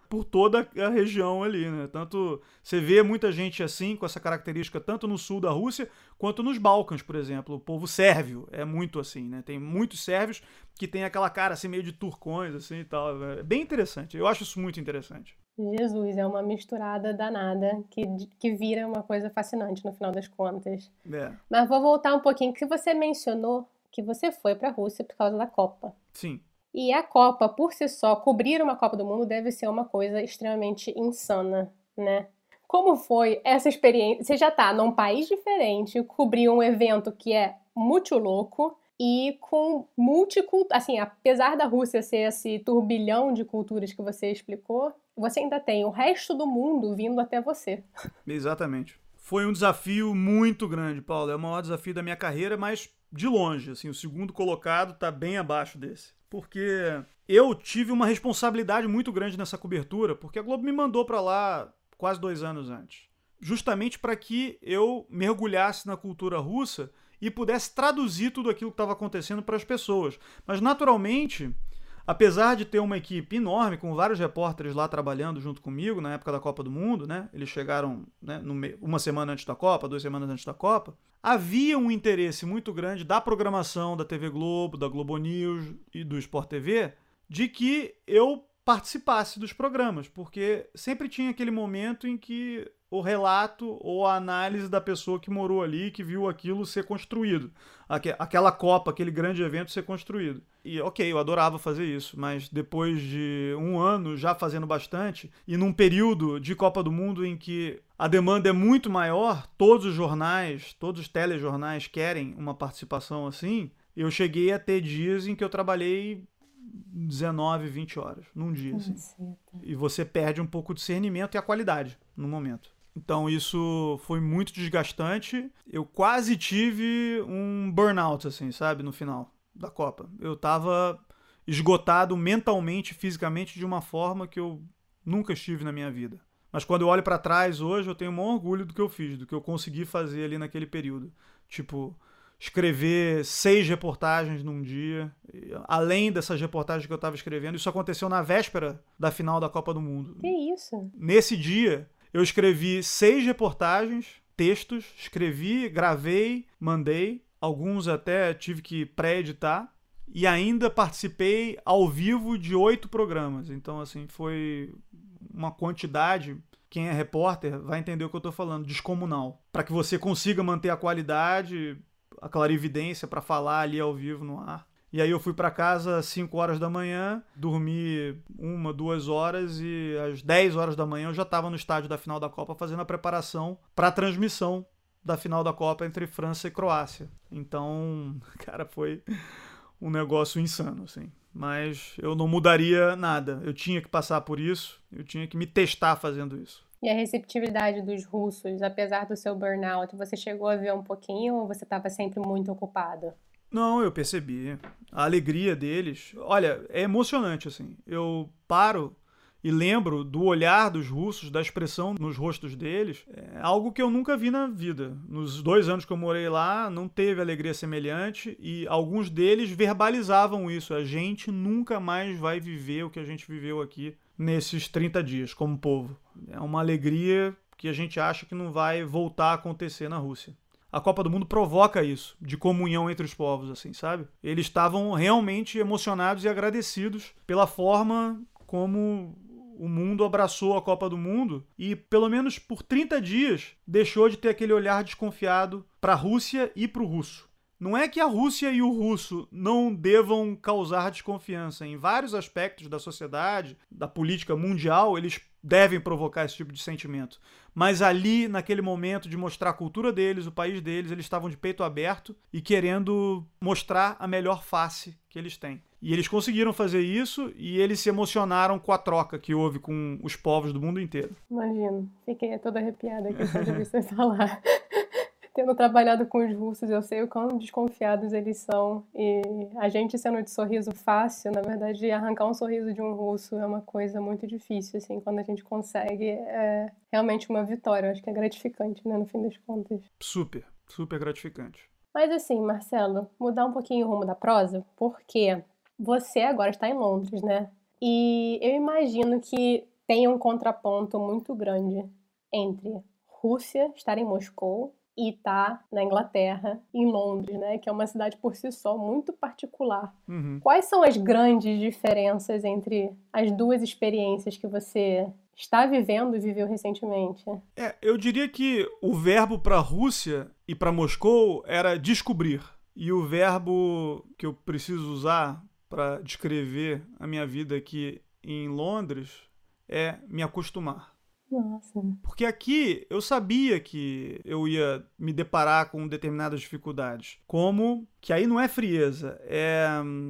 por toda a região ali, né? Tanto você vê muita gente assim, com essa característica, tanto no sul da Rússia, quanto nos Balcãs, por exemplo. O povo sérvio é muito assim, né? Tem muitos sérvios que tem aquela cara assim, meio de turcões, assim e tal. É bem interessante. Eu acho isso muito interessante. Jesus, é uma misturada danada que, que vira uma coisa fascinante no final das contas. É. Mas vou voltar um pouquinho, que você mencionou que você foi para a Rússia por causa da Copa. Sim. E a Copa, por si só, cobrir uma Copa do Mundo deve ser uma coisa extremamente insana, né? Como foi essa experiência? Você já tá num país diferente, cobrir um evento que é muito louco e com multicultura. Assim, apesar da Rússia ser esse turbilhão de culturas que você explicou, você ainda tem o resto do mundo vindo até você. Exatamente. Foi um desafio muito grande, Paulo. É o maior desafio da minha carreira, mas de longe. Assim, o segundo colocado está bem abaixo desse. Porque eu tive uma responsabilidade muito grande nessa cobertura, porque a Globo me mandou para lá quase dois anos antes. Justamente para que eu mergulhasse na cultura russa e pudesse traduzir tudo aquilo que estava acontecendo para as pessoas. Mas, naturalmente, apesar de ter uma equipe enorme, com vários repórteres lá trabalhando junto comigo na época da Copa do Mundo, né? Eles chegaram, né, no me... uma semana antes da Copa, duas semanas antes da Copa, havia um interesse muito grande da programação da T V Globo, da Globo News e do Sport T V, de que eu participasse dos programas, porque sempre tinha aquele momento em que o relato ou a análise da pessoa que morou ali, que viu aquilo ser construído. Aquela Copa, aquele grande evento ser construído. E ok, eu adorava fazer isso, mas depois de um ano já fazendo bastante, e num período de Copa do Mundo em que a demanda é muito maior, todos os jornais, todos os telejornais querem uma participação assim, eu cheguei a ter dias em que eu trabalhei dezenove, vinte horas num dia. Assim. E você perde um pouco o discernimento e a qualidade no momento. Então isso foi muito desgastante. Eu quase tive um burnout, assim, sabe, no final da Copa. Eu tava esgotado mentalmente, fisicamente, de uma forma que eu nunca estive na minha vida. Mas quando eu olho pra trás hoje, eu tenho um maior orgulho do que eu fiz, do que eu consegui fazer ali naquele período. Tipo, escrever seis reportagens num dia, além dessas reportagens que eu estava escrevendo. Isso aconteceu na véspera da final da Copa do Mundo. Que isso? Nesse dia, eu escrevi seis reportagens, textos, escrevi, gravei, mandei. Alguns até tive que pré-editar. E ainda participei ao vivo de oito programas. Então, assim, foi uma quantidade... Quem é repórter vai entender o que eu estou falando, descomunal. Para que você consiga manter a qualidade, a clarividência para falar ali ao vivo no ar. E aí eu fui para casa às cinco horas da manhã, dormi uma, duas horas e às dez horas da manhã eu já estava no estádio da final da Copa fazendo a preparação para a transmissão da final da Copa entre França e Croácia. Então, cara, foi um negócio insano, assim. Mas eu não mudaria nada. Eu tinha que passar por isso, eu tinha que me testar fazendo isso. E a receptividade dos russos, apesar do seu burnout, você chegou a ver um pouquinho ou você estava sempre muito ocupado? Não, eu percebi. A alegria deles... Olha, é emocionante, assim. Eu paro e lembro do olhar dos russos, da expressão nos rostos deles. É algo que eu nunca vi na vida. Nos dois anos que eu morei lá, não teve alegria semelhante e alguns deles verbalizavam isso. A gente nunca mais vai viver o que a gente viveu aqui nesses trinta dias, como povo. É uma alegria que a gente acha que não vai voltar a acontecer na Rússia. A Copa do Mundo provoca isso, de comunhão entre os povos, assim, sabe? Eles estavam realmente emocionados e agradecidos pela forma como o mundo abraçou a Copa do Mundo e, pelo menos por trinta dias, deixou de ter aquele olhar desconfiado para a Rússia e para o russo. Não é que a Rússia e o russo não devam causar desconfiança. Em vários aspectos da sociedade, da política mundial, eles devem provocar esse tipo de sentimento. Mas ali, naquele momento de mostrar a cultura deles, o país deles, eles estavam de peito aberto e querendo mostrar a melhor face que eles têm. E eles conseguiram fazer isso e eles se emocionaram com a troca que houve com os povos do mundo inteiro. Imagino. Fiquei toda arrepiada aqui só de ouvir você falar. Tendo trabalhado com os russos, eu sei o quão desconfiados eles são. E a gente sendo de sorriso fácil, na verdade, arrancar um sorriso de um russo é uma coisa muito difícil, assim. Quando a gente consegue, é realmente uma vitória. Eu acho que é gratificante, né, no fim das contas. Super, super gratificante. Mas assim, Marcelo, mudar um pouquinho o rumo da prosa, porque você agora está em Londres, né? E eu imagino que tem um contraponto muito grande entre Rússia, estar em Moscou, e estar na Inglaterra, em Londres, né? Que é uma cidade por si só muito particular. Uhum. Quais são as grandes diferenças entre as duas experiências que você está vivendo e viveu recentemente? É, eu diria que o verbo para a Rússia e para Moscou era descobrir. E o verbo que eu preciso usar para descrever a minha vida aqui em Londres é me acostumar. Nossa. Porque aqui eu sabia que eu ia me deparar com determinadas dificuldades. Como que aí não é frieza, é...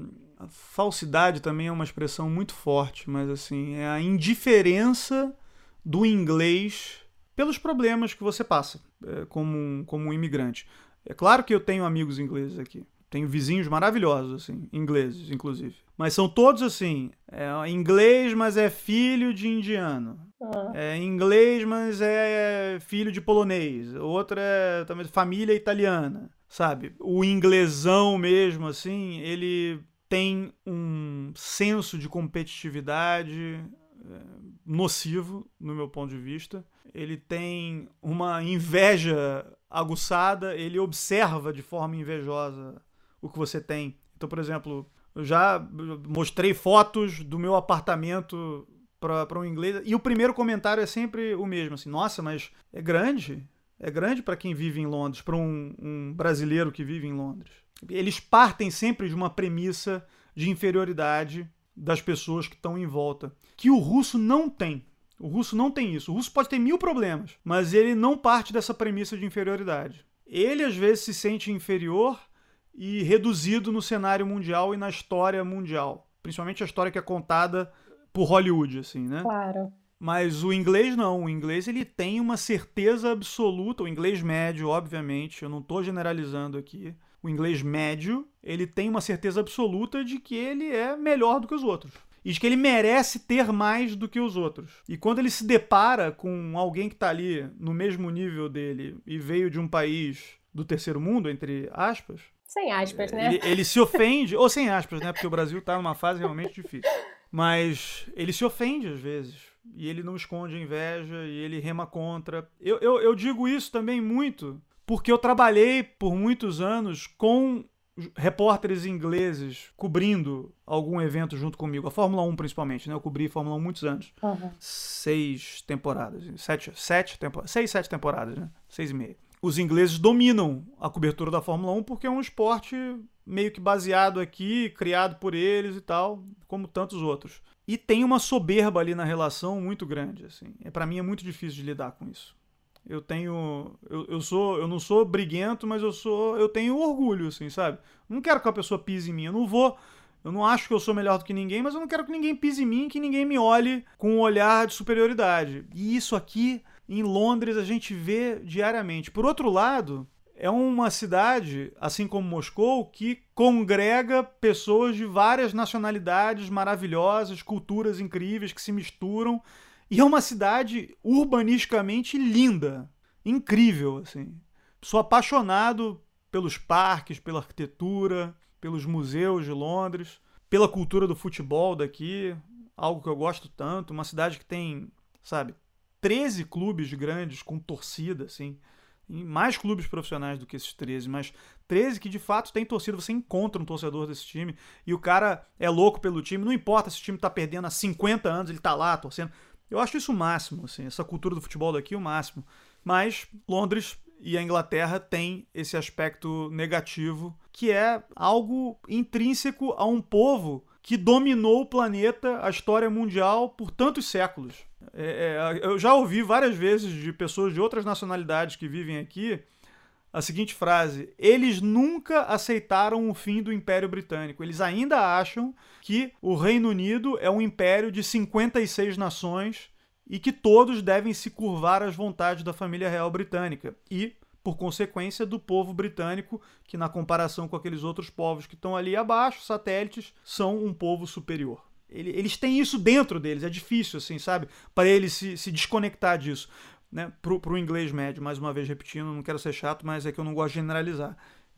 A falsidade também é uma expressão muito forte, mas assim, é a indiferença do inglês pelos problemas que você passa é, como, um, como um imigrante. É claro que eu tenho amigos ingleses aqui. Tenho vizinhos maravilhosos, assim, ingleses, inclusive. Mas são todos assim, é inglês, mas é filho de indiano. Ah. É inglês, mas é filho de polonês. Outro é também família italiana, sabe? O inglesão mesmo, assim, ele tem um senso de competitividade é, nocivo, no meu ponto de vista. Ele tem uma inveja aguçada, ele observa de forma invejosa o que você tem. Então, por exemplo, eu já mostrei fotos do meu apartamento para um inglês e o primeiro comentário é sempre o mesmo, assim, nossa, mas é grande, é grande para quem vive em Londres, para um, um brasileiro que vive em Londres. Eles partem sempre de uma premissa de inferioridade das pessoas que estão em volta, que o russo não tem. O russo não tem isso. O russo pode ter mil problemas, mas ele não parte dessa premissa de inferioridade. Ele, às vezes, se sente inferior e reduzido no cenário mundial e na história mundial. Principalmente a história que é contada por Hollywood, assim, né? Claro. Mas o inglês não. O inglês ele tem uma certeza absoluta. O inglês médio, obviamente, eu não estou generalizando aqui. O inglês médio, ele tem uma certeza absoluta de que ele é melhor do que os outros. E de que ele merece ter mais do que os outros. E quando ele se depara com alguém que está ali no mesmo nível dele e veio de um país do terceiro mundo, entre aspas... Sem aspas, né? Ele, ele se ofende, ou sem aspas, né? Porque o Brasil está numa fase realmente difícil. Mas ele se ofende às vezes. E ele não esconde a inveja e ele rema contra. Eu, eu, eu digo isso também muito porque eu trabalhei por muitos anos com repórteres ingleses cobrindo algum evento junto comigo. A Fórmula um, principalmente, né? Eu cobri Fórmula um muitos anos. Uhum. Seis temporadas. Sete, sete temporadas. Seis, sete temporadas, né? Seis e meia. Os ingleses dominam a cobertura da Fórmula um porque é um esporte meio que baseado aqui, criado por eles e tal, como tantos outros. E tem uma soberba ali na relação muito grande, assim. É, para mim é muito difícil de lidar com isso. Eu tenho... Eu, eu, sou, eu não sou briguento, mas eu sou eu tenho orgulho, assim, sabe? Não quero que a pessoa pise em mim. Eu não vou... Eu não acho que eu sou melhor do que ninguém, mas eu não quero que ninguém pise em mim, que ninguém me olhe com um olhar de superioridade. E isso aqui, em Londres, a gente vê diariamente. Por outro lado, é uma cidade, assim como Moscou, que congrega pessoas de várias nacionalidades maravilhosas, culturas incríveis que se misturam. E é uma cidade urbanisticamente linda, incrível, assim. Sou apaixonado pelos parques, pela arquitetura, pelos museus de Londres, pela cultura do futebol daqui, algo que eu gosto tanto. Uma cidade que tem, sabe, treze clubes grandes com torcida, assim. E mais clubes profissionais do que esses treze, mas treze que de fato tem torcida. Você encontra um torcedor desse time e o cara é louco pelo time. Não importa se o time tá perdendo há cinquenta anos, ele tá lá torcendo. Eu acho isso o máximo, assim, essa cultura do futebol daqui é o máximo. Mas Londres e a Inglaterra têm esse aspecto negativo, que é algo intrínseco a um povo que dominou o planeta, a história mundial, por tantos séculos. É, é, eu já ouvi várias vezes de pessoas de outras nacionalidades que vivem aqui a seguinte frase: eles nunca aceitaram o fim do Império Britânico. Eles ainda acham que o Reino Unido é um império de cinquenta e seis nações e que todos devem se curvar às vontades da família real britânica e, por consequência, do povo britânico, que na comparação com aqueles outros povos que estão ali abaixo, satélites, são um povo superior. Eles têm isso dentro deles, é difícil, assim, sabe, para eles se, se desconectar disso. Né, pro, pro inglês médio, mais uma vez repetindo, não quero ser chato, mas é que eu não gosto de generalizar.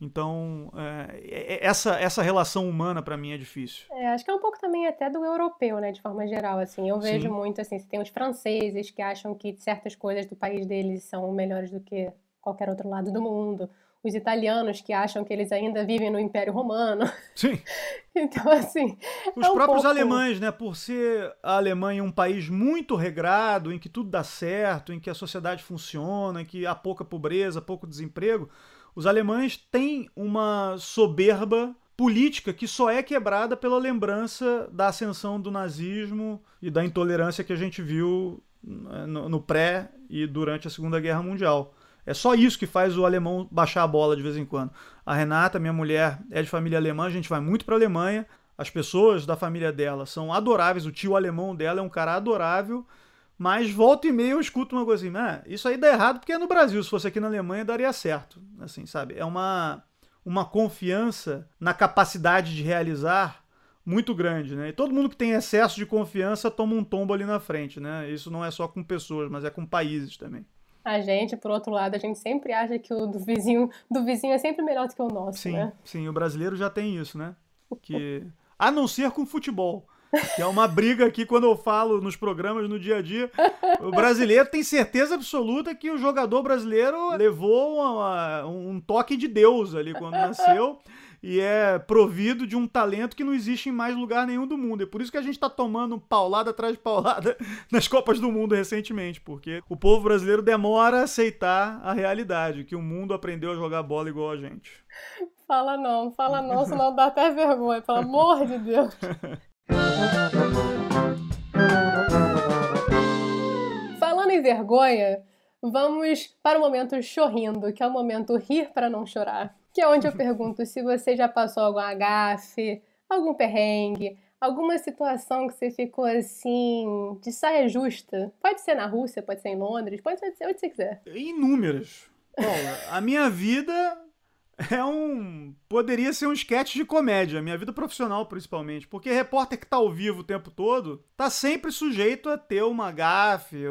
Então, é, essa, essa relação humana, para mim, é difícil. É, acho que é um pouco também até do europeu, né, de forma geral, assim. Eu vejo Sim. muito, assim, você tem os franceses que acham que certas coisas do país deles são melhores do que qualquer outro lado do mundo. Os italianos que acham que eles ainda vivem no Império Romano. Sim. Então, assim, Os é um próprios pouco... alemães, né, por ser a Alemanha um país muito regrado, em que tudo dá certo, em que a sociedade funciona, em que há pouca pobreza, pouco desemprego, os alemães têm uma soberba política que só é quebrada pela lembrança da ascensão do nazismo e da intolerância que a gente viu no, no pré e durante a Segunda Guerra Mundial. É só isso que faz o alemão baixar a bola de vez em quando. A Renata, minha mulher, é de família alemã, a gente vai muito para a Alemanha. As pessoas da família dela são adoráveis, o tio alemão dela é um cara adorável, mas volta e meia eu escuto uma coisa assim, ah, isso aí dá errado porque é no Brasil, se fosse aqui na Alemanha daria certo. Assim, sabe? É uma, uma confiança na capacidade de realizar muito grande, né? E todo mundo que tem excesso de confiança toma um tombo ali na frente, né? Isso não é só com pessoas, mas é com países também. A gente, por outro lado, a gente sempre acha que o do vizinho, do vizinho é sempre melhor do que o nosso, sim, né? Sim, o brasileiro já tem isso, né? Que, a não ser com futebol, que é uma briga aqui quando eu falo nos programas no dia a dia. O brasileiro tem certeza absoluta que o jogador brasileiro levou uma, um toque de Deus ali quando nasceu e é provido de um talento que não existe em mais lugar nenhum do mundo. É por isso que a gente tá tomando paulada atrás de paulada nas Copas do Mundo recentemente, porque o povo brasileiro demora a aceitar a realidade, que o mundo aprendeu a jogar bola igual a gente. Fala não, fala não, senão dá até vergonha, pelo amor de Deus. Falando em vergonha, vamos para o momento chorrindo, que é o momento rir para não chorar. Que é onde eu pergunto se você já passou algum agafe, algum perrengue, alguma situação que você ficou assim, de saia justa. Pode ser na Rússia, pode ser em Londres, pode ser onde você quiser. Inúmeras. Paula, a minha vida é um... poderia ser um sketch de comédia, a minha vida profissional principalmente, porque repórter que tá ao vivo o tempo todo tá sempre sujeito a ter uma gafe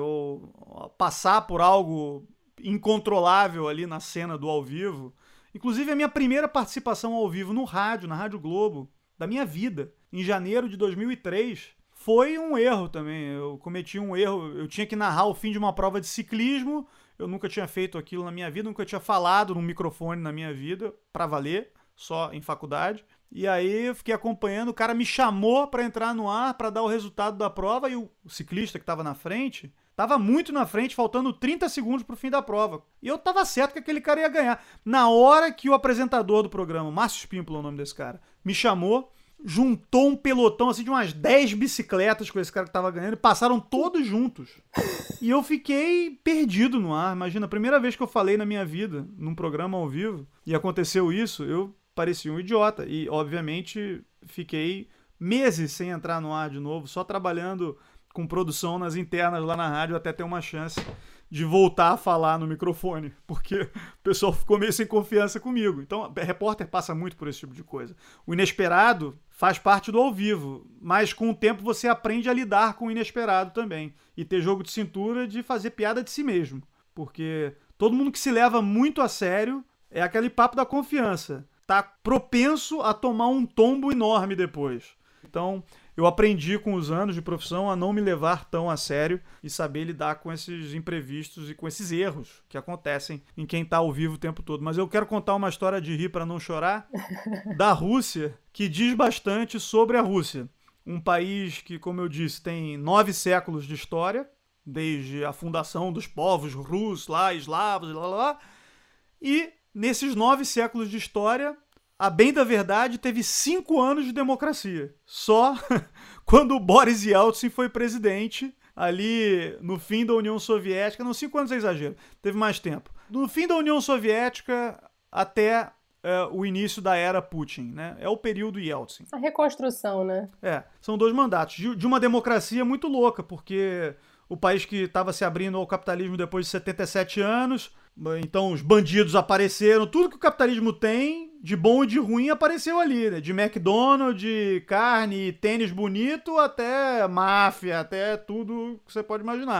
ou passar por algo incontrolável ali na cena do ao vivo. Inclusive a minha primeira participação ao vivo no rádio, na Rádio Globo, da minha vida, em janeiro de dois mil e três, foi um erro também. Eu cometi um erro, eu tinha que narrar o fim de uma prova de ciclismo. Eu nunca tinha feito aquilo na minha vida, nunca tinha falado num microfone na minha vida, pra valer, só em faculdade. E aí eu fiquei acompanhando, o cara me chamou pra entrar no ar, pra dar o resultado da prova, e o ciclista que tava na frente, tava muito na frente, faltando trinta segundos pro fim da prova. E eu tava certo que aquele cara ia ganhar. Na hora que o apresentador do programa, Márcio Spímpolo é o nome desse cara, me chamou, juntou um pelotão assim de umas dez bicicletas com esse cara que tava ganhando e passaram todos juntos. E eu fiquei perdido no ar. Imagina, a primeira vez que eu falei na minha vida, num programa ao vivo, e aconteceu isso, eu parecia um idiota. E, obviamente, fiquei meses sem entrar no ar de novo, só trabalhando com produção nas internas lá na rádio até ter uma chance de voltar a falar no microfone, porque o pessoal ficou meio sem confiança comigo. Então, repórter passa muito por esse tipo de coisa. O inesperado faz parte do ao vivo, mas com o tempo você aprende a lidar com o inesperado também. E ter jogo de cintura de fazer piada de si mesmo. Porque todo mundo que se leva muito a sério é aquele papo da confiança. Tá propenso a tomar um tombo enorme depois. Então, eu aprendi com os anos de profissão a não me levar tão a sério e saber lidar com esses imprevistos e com esses erros que acontecem em quem está ao vivo o tempo todo. Mas eu quero contar uma história de rir para não chorar da Rússia, que diz bastante sobre a Rússia. Um país que, como eu disse, tem nove séculos de história, desde a fundação dos povos russos, lá, eslavos, lá, lá, lá. E nesses nove séculos de história, a bem da verdade, teve cinco anos de democracia. Só quando o Boris Yeltsin foi presidente, ali no fim da União Soviética. Não, cinco anos é exagero, teve mais tempo. No fim da União Soviética até é, o início da era Putin, né? É o período Yeltsin. A reconstrução, né? É, são dois mandatos. De, de uma democracia muito louca, porque o país que estava se abrindo ao capitalismo depois de setenta e sete anos... Então os bandidos apareceram, tudo que o capitalismo tem, de bom e de ruim, apareceu ali, né? De McDonald's, de carne, tênis bonito, até máfia, até tudo que você pode imaginar.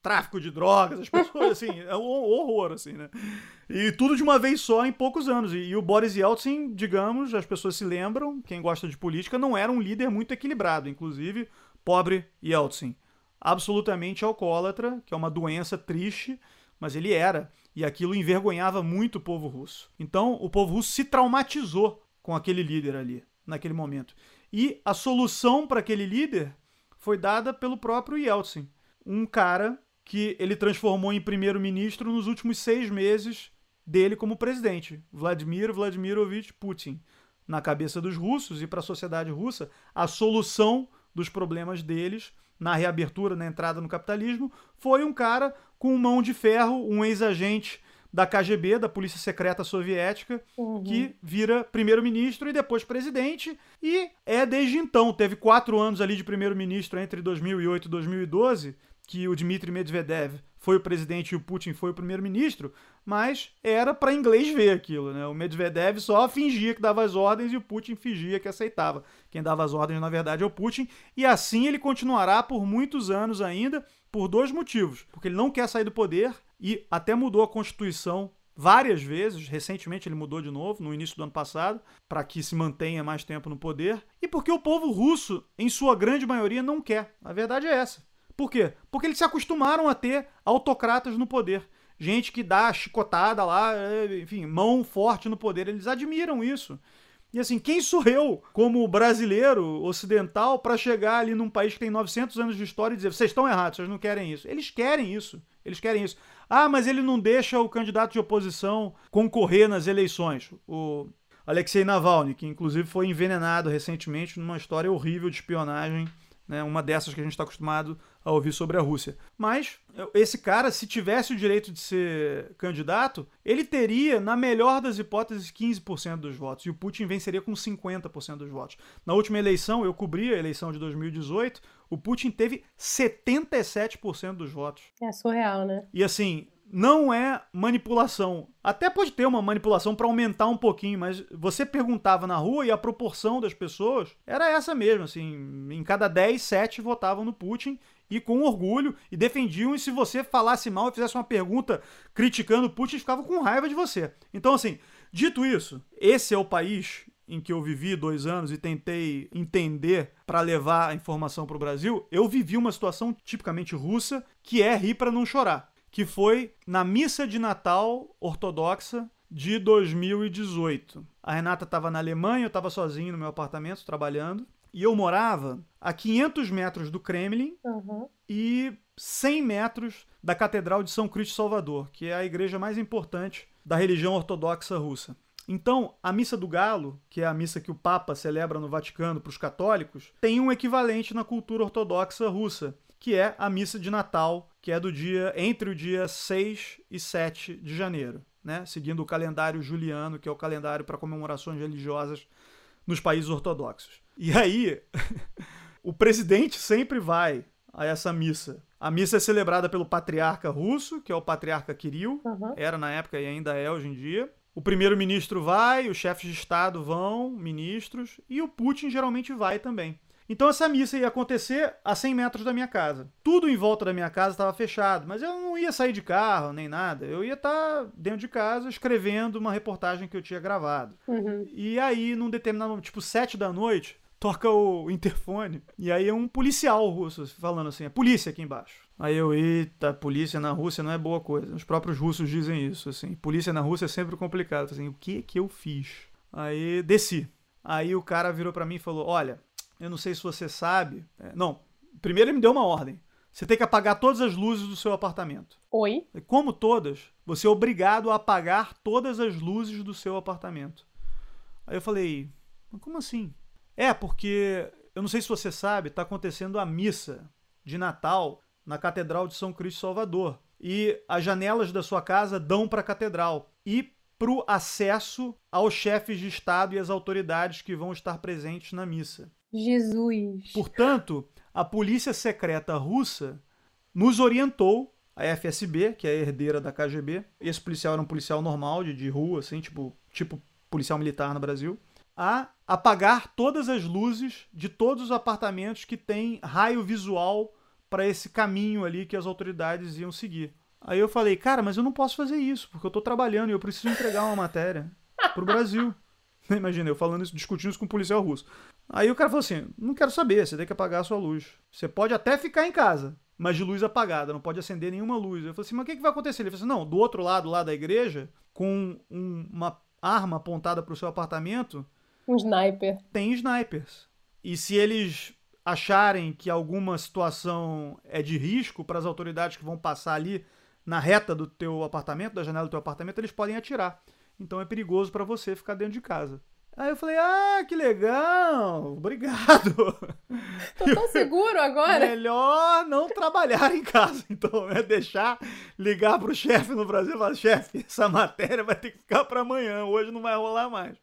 tráfico de drogas, as pessoas, assim, é um horror, assim, né? E tudo de uma vez só em poucos anos. E, e o Boris Yeltsin, digamos, as pessoas se lembram, quem gosta de política, não era um líder muito equilibrado, inclusive, pobre Yeltsin. Absolutamente alcoólatra, que é uma doença triste, mas ele era. E aquilo envergonhava muito o povo russo. Então, o povo russo se traumatizou com aquele líder ali, naquele momento. E a solução para aquele líder foi dada pelo próprio Yeltsin. Um cara que ele transformou em primeiro-ministro nos últimos seis meses dele como presidente. Vladimir Vladimirovich Putin. Na cabeça dos russos e para a sociedade russa, a solução dos problemas deles na reabertura, na entrada no capitalismo, foi um cara com mão de ferro, um ex-agente da K G B, da Polícia Secreta Soviética, uhum. que vira primeiro-ministro e depois presidente, e é desde então, teve quatro anos ali de primeiro-ministro entre dois mil e oito e dois mil e doze, que o Dmitry Medvedev foi o presidente e o Putin foi o primeiro-ministro, mas era para inglês ver aquilo, né? O Medvedev só fingia que dava as ordens e o Putin fingia que aceitava. Quem dava as ordens, na verdade, é o Putin, e assim ele continuará por muitos anos ainda, por dois motivos. Porque ele não quer sair do poder e até mudou a Constituição várias vezes, recentemente ele mudou de novo, no início do ano passado, para que se mantenha mais tempo no poder, e porque o povo russo, em sua grande maioria, não quer. A verdade é essa. Por quê? Porque eles se acostumaram a ter autocratas no poder. Gente que dá chicotada lá, enfim, mão forte no poder. Eles admiram isso. E assim, quem sou eu, como brasileiro ocidental, para chegar ali num país que tem novecentos anos de história e dizer, vocês estão errados, vocês não querem isso. Eles querem isso. Eles querem isso. Ah, mas ele não deixa o candidato de oposição concorrer nas eleições. O Alexei Navalny, que inclusive foi envenenado recentemente numa história horrível de espionagem, né, uma dessas que a gente está acostumado a ouvir sobre a Rússia. Mas esse cara, se tivesse o direito de ser candidato, ele teria, na melhor das hipóteses, quinze por cento dos votos. E o Putin venceria com cinquenta por cento dos votos. Na última eleição, eu cobri a eleição de dois mil e dezoito, o Putin teve setenta e sete por cento dos votos. É surreal, né? E assim, não é manipulação. Até pode ter uma manipulação para aumentar um pouquinho, mas você perguntava na rua e a proporção das pessoas era essa mesmo, assim, em cada dez, sete votavam no Putin e com orgulho e defendiam, e se você falasse mal e fizesse uma pergunta criticando o Putin, ficavam com raiva de você. Então, assim, dito isso, esse é o país em que eu vivi dois anos e tentei entender para levar a informação para o Brasil. Eu vivi uma situação tipicamente russa, que é rir para não chorar, que foi na missa de Natal ortodoxa de dois mil e dezoito. A Renata estava na Alemanha, eu estava sozinho no meu apartamento trabalhando, e eu morava a quinhentos metros do Kremlin uhum. e cem metros da Catedral de São Cristo Salvador, que é a igreja mais importante da religião ortodoxa russa. Então, a Missa do Galo, que é a missa que o Papa celebra no Vaticano para os católicos, tem um equivalente na cultura ortodoxa russa, que é a missa de Natal, que é do dia entre o dia seis e sete de janeiro, né? Seguindo o calendário juliano, que é o calendário para comemorações religiosas nos países ortodoxos. E aí, o presidente sempre vai a essa missa. A missa é celebrada pelo patriarca russo, que é o patriarca Kirill, uhum. era na época e ainda é hoje em dia. O primeiro-ministro vai, os chefes de Estado vão, ministros, e o Putin geralmente vai também. Então essa missa ia acontecer a cem metros da minha casa. Tudo em volta da minha casa estava fechado, mas eu não ia sair de carro nem nada. Eu ia estar dentro de casa escrevendo uma reportagem que eu tinha gravado. Uhum. E aí, num determinado momento, tipo sete da noite, toca o interfone. E aí é um policial russo falando assim, é polícia aqui embaixo. Aí eu, eita, polícia na Rússia não é boa coisa. Os próprios russos dizem isso, assim. Polícia na Rússia é sempre complicado. Assim, o que que eu fiz? Aí desci. Aí o cara virou pra mim e falou, olha, eu não sei se você sabe... Não, primeiro ele me deu uma ordem. Você tem que apagar todas as luzes do seu apartamento. Oi? Como todas, você é obrigado a apagar todas as luzes do seu apartamento. Aí eu falei, mas como assim? É, porque, eu não sei se você sabe, está acontecendo a missa de Natal na Catedral de São Cristo Salvador. E as janelas da sua casa dão para a catedral. E para o acesso aos chefes de Estado e às autoridades que vão estar presentes na missa. Jesus! Portanto, a polícia secreta russa nos orientou, a F S B, que é a herdeira da K G B, esse policial era um policial normal, de, de rua, assim, tipo, tipo policial militar no Brasil, a apagar todas as luzes de todos os apartamentos que têm raio visual para esse caminho ali que as autoridades iam seguir. Aí eu falei, cara, mas eu não posso fazer isso, porque eu tô trabalhando e eu preciso entregar uma matéria pro Brasil. Imagina, eu falando isso, discutindo isso com um policial russo. Aí o cara falou assim, não quero saber, você tem que apagar a sua luz. Você pode até ficar em casa, mas de luz apagada, não pode acender nenhuma luz. Eu falei assim, mas o que, que vai acontecer? Ele falou assim, não, do outro lado, lá da igreja, com um, uma arma apontada pro seu apartamento... Um sniper. Tem snipers. E se eles acharem que alguma situação é de risco para as autoridades que vão passar ali na reta do teu apartamento, da janela do teu apartamento, eles podem atirar. Então é perigoso para você ficar dentro de casa. Aí eu falei, ah, que legal, obrigado. Tô tão seguro agora. Melhor não trabalhar em casa, então, é deixar, ligar pro chefe no Brasil e falar, chefe, essa matéria vai ter que ficar para amanhã, hoje não vai rolar mais.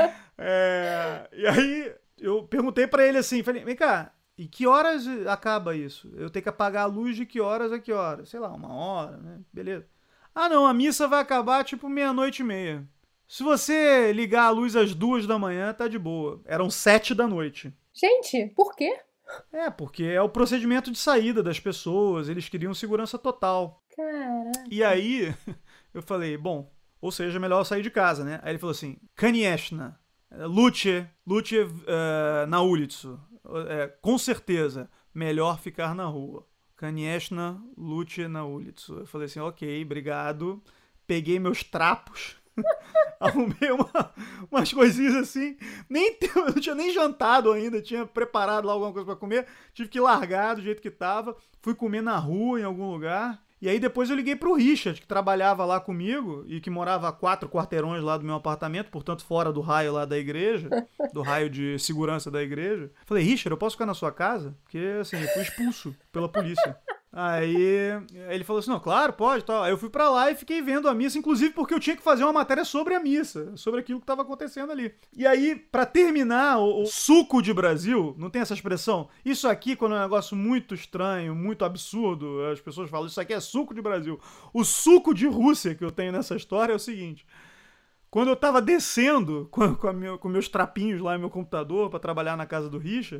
é, e aí eu perguntei para ele assim, falei, vem cá, e que horas acaba isso? Eu tenho que apagar a luz de que horas a que horas? Sei lá, uma hora, né? Beleza. Ah, não, a missa vai acabar tipo meia-noite e meia. Se você ligar a luz às duas da manhã, tá de boa. Eram sete da noite. Gente, por quê? É, porque é o procedimento de saída das pessoas. Eles queriam segurança total. Caraca. E aí, eu falei, bom, ou seja, melhor eu sair de casa, né? Aí ele falou assim, Kanieshna, Luche, Luche uh, na Ulitsu. É, com certeza, melhor ficar na rua. Kanieshna, Luche na Ulitsu. Eu falei assim, ok, obrigado. Peguei meus trapos. Arrumei uma, umas coisinhas assim. Nem, eu não tinha nem jantado ainda. Tinha preparado lá alguma coisa pra comer. Tive que largar do jeito que tava. Fui comer na rua em algum lugar. E aí depois eu liguei pro Richard, que trabalhava lá comigo e que morava a quatro quarteirões lá do meu apartamento, portanto fora do raio lá da igreja, do raio de segurança da igreja. Falei, Richard, eu posso ficar na sua casa? Porque assim, eu fui expulso pela polícia. Aí ele falou assim, não, claro, pode, tal. Aí eu fui pra lá e fiquei vendo a missa, inclusive porque eu tinha que fazer uma matéria sobre a missa, sobre aquilo que estava acontecendo ali. E aí, pra terminar, o, o suco de Brasil, não tem essa expressão? Isso aqui, quando é um negócio muito estranho, muito absurdo, as pessoas falam, isso aqui é suco de Brasil. O suco de Rússia que eu tenho nessa história é o seguinte, quando eu tava descendo com, com, a meu, com meus trapinhos lá no meu computador pra trabalhar na casa do Richard,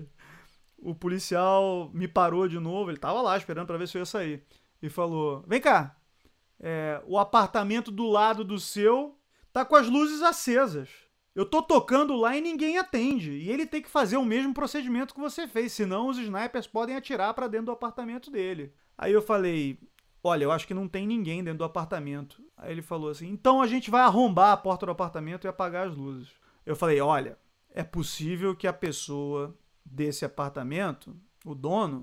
o policial me parou de novo, ele tava lá esperando pra ver se eu ia sair. E falou, vem cá, é, o apartamento do lado do seu tá com as luzes acesas. Eu tô tocando lá e ninguém atende. E ele tem que fazer o mesmo procedimento que você fez, senão os snipers podem atirar pra dentro do apartamento dele. Aí eu falei, olha, eu acho que não tem ninguém dentro do apartamento. Aí ele falou assim, então a gente vai arrombar a porta do apartamento e apagar as luzes. Eu falei, olha, é possível que a pessoa desse apartamento, o dono,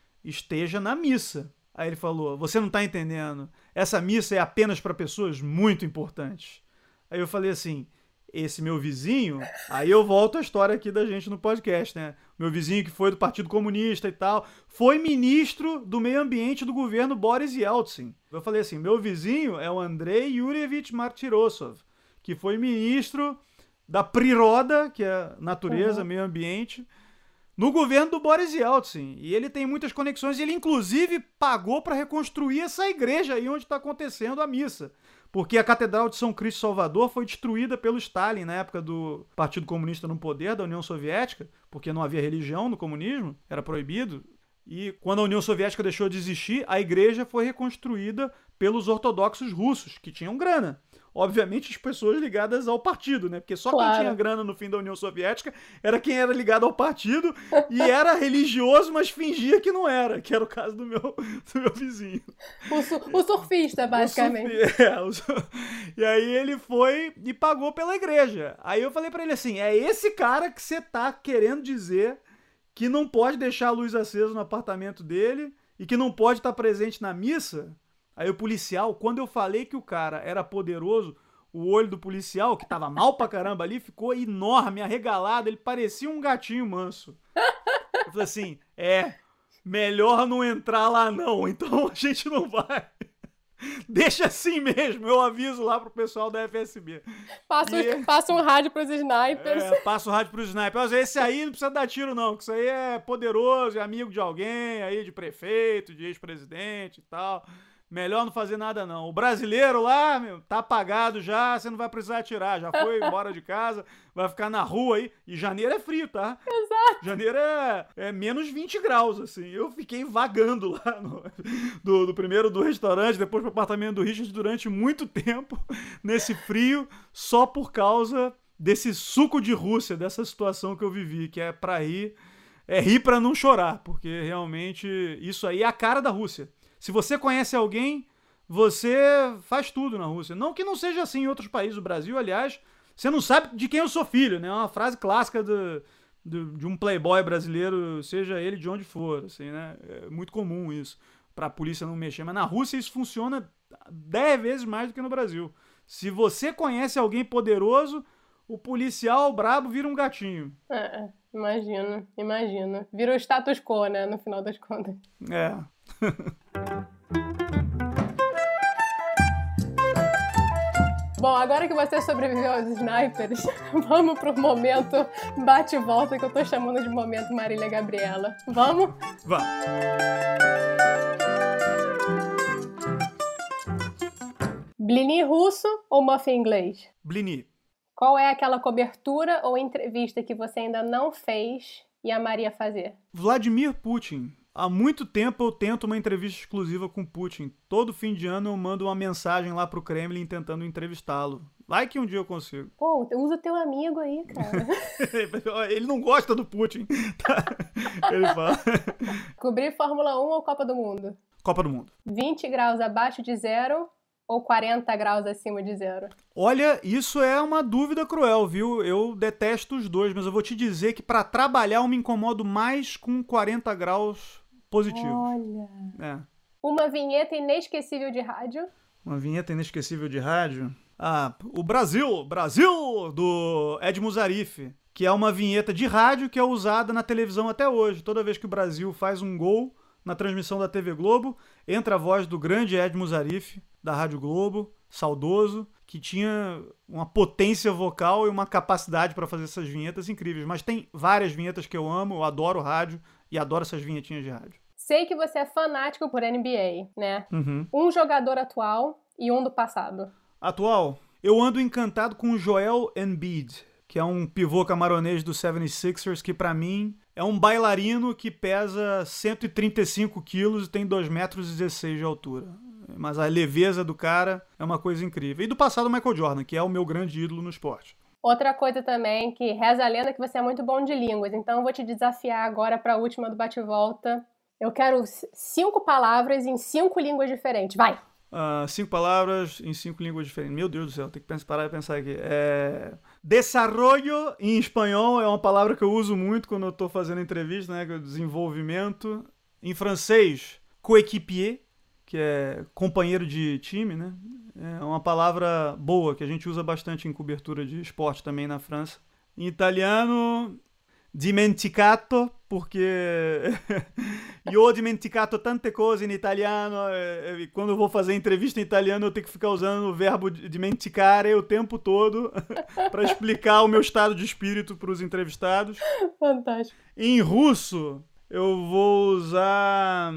esteja na missa. Aí ele falou, você não tá entendendo, essa missa é apenas para pessoas muito importantes. Aí eu falei assim, esse meu vizinho, aí eu volto à história aqui da gente no podcast, né? Meu vizinho que foi do Partido Comunista e tal, foi ministro do meio ambiente do governo Boris Yeltsin. Eu falei assim, meu vizinho é o Andrei Yurievich Martirosov, que foi ministro da Priroda, que é natureza, uhum. meio ambiente, no governo do Boris Yeltsin. E ele tem muitas conexões. E ele, inclusive, pagou para reconstruir essa igreja aí onde está acontecendo a missa. Porque a Catedral de São Cristo Salvador foi destruída pelo Stalin na época do Partido Comunista no poder, da União Soviética, porque não havia religião no comunismo, era proibido. E quando a União Soviética deixou de existir, a igreja foi reconstruída pelos ortodoxos russos, que tinham grana. Obviamente, as pessoas ligadas ao partido, né? Porque só claro. Quem tinha grana no fim da União Soviética era quem era ligado ao partido e era religioso, mas fingia que não era, que era o caso do meu, do meu vizinho. O, su o surfista, basicamente. O surfi é, o su e aí ele foi e pagou pela igreja. Aí eu falei pra ele assim, é esse cara que você tá querendo dizer que não pode deixar a luz acesa no apartamento dele e que não pode estar presente na missa? Aí o policial, quando eu falei que o cara era poderoso, o olho do policial, que tava mal pra caramba ali, ficou enorme, arregalado, ele parecia um gatinho manso. Eu falei assim, é, melhor não entrar lá não, então a gente não vai. Deixa assim mesmo, eu aviso lá pro pessoal da F S B. Passa, e, passa um rádio pros snipers. É, passa um rádio pros snipers. Esse aí não precisa dar tiro não, que isso aí é poderoso, é amigo de alguém, aí de prefeito, de ex-presidente e tal. melhor não fazer nada não. O brasileiro lá, meu, tá apagado já, você não vai precisar atirar, já foi embora de casa, vai ficar na rua aí. E janeiro é frio, tá? Exato. Janeiro é, é menos vinte graus, assim. Eu fiquei vagando lá no, do, do primeiro do restaurante, depois pro apartamento do Richard durante muito tempo, nesse frio, só por causa desse suco de Rússia, dessa situação que eu vivi, que é pra rir, é rir pra não chorar, porque realmente isso aí é a cara da Rússia. Se você conhece alguém, você faz tudo na Rússia. Não que não seja assim em outros países. O Brasil, aliás, você não sabe de quem eu sou filho, né? É uma frase clássica do, do, de um playboy brasileiro, seja ele de onde for, assim, né? É muito comum isso, pra polícia não mexer. Mas na Rússia isso funciona dez vezes mais do que no Brasil. Se você conhece alguém poderoso, o policial brabo vira um gatinho. É, imagino, imagino. Vira o status quo, né, no final das contas. É. Bom, agora que você sobreviveu aos snipers, vamos pro momento bate e volta, que eu tô chamando de momento Marília Gabriela. Vamos? Vamos. Blini russo ou muffin inglês? Blini. Qual é aquela cobertura ou entrevista que você ainda não fez e amaria fazer? Vladimir Putin. Há muito tempo eu tento uma entrevista exclusiva com Putin. Todo fim de ano eu mando uma mensagem lá pro Kremlin tentando entrevistá-lo. Vai que um dia eu consigo. Pô, usa teu amigo aí, cara. Ele não gosta do Putin. Ele fala. Cobrir Fórmula um ou Copa do Mundo? Copa do Mundo. vinte graus abaixo de zero ou quarenta graus acima de zero? Olha, isso é uma dúvida cruel, viu? Eu detesto os dois, mas eu vou te dizer que para trabalhar eu me incomodo mais com quarenta graus positivos. Olha. É. Uma vinheta inesquecível de rádio? Uma vinheta inesquecível de rádio? Ah, o Brasil, Brasil, do Ed Musarif, que é uma vinheta de rádio que é usada na televisão até hoje. Toda vez que o Brasil faz um gol na transmissão da T V Globo, entra a voz do grande Ed Musarif, da Rádio Globo, saudoso, que tinha uma potência vocal e uma capacidade para fazer essas vinhetas incríveis. Mas tem várias vinhetas que eu amo, eu adoro rádio e adoro essas vinhetinhas de rádio. Sei que você é fanático por N B A, né? Uhum. Um jogador atual e um do passado. Atual, eu ando encantado com o Joel Embiid, que é um pivô camaronês do setenta e seis ers, que pra mim é um bailarino que pesa cento e trinta e cinco quilos e tem dois metros e dezesseis de altura. Mas a leveza do cara é uma coisa incrível. E do passado, o Michael Jordan, que é o meu grande ídolo no esporte. Outra coisa também, que reza a lenda que você é muito bom de línguas. Então eu vou te desafiar agora para a última do bate-volta. Eu quero cinco palavras em cinco línguas diferentes. Vai! Uh, cinco palavras em cinco línguas diferentes. Meu Deus do céu, tem que pensar, parar e pensar aqui. É... Desarrollo, em espanhol, é uma palavra que eu uso muito quando eu estou fazendo entrevista, né? Desenvolvimento. Em francês, coéquipier, que é companheiro de time, né? É uma palavra boa, que a gente usa bastante em cobertura de esporte também na França. Em italiano, dimenticato, porque io ho dimenticato tante cose in italiano, e quando eu vou fazer entrevista em italiano eu tenho que ficar usando o verbo dimenticare o tempo todo para explicar o meu estado de espírito para os entrevistados. Fantástico. Em russo, eu vou usar...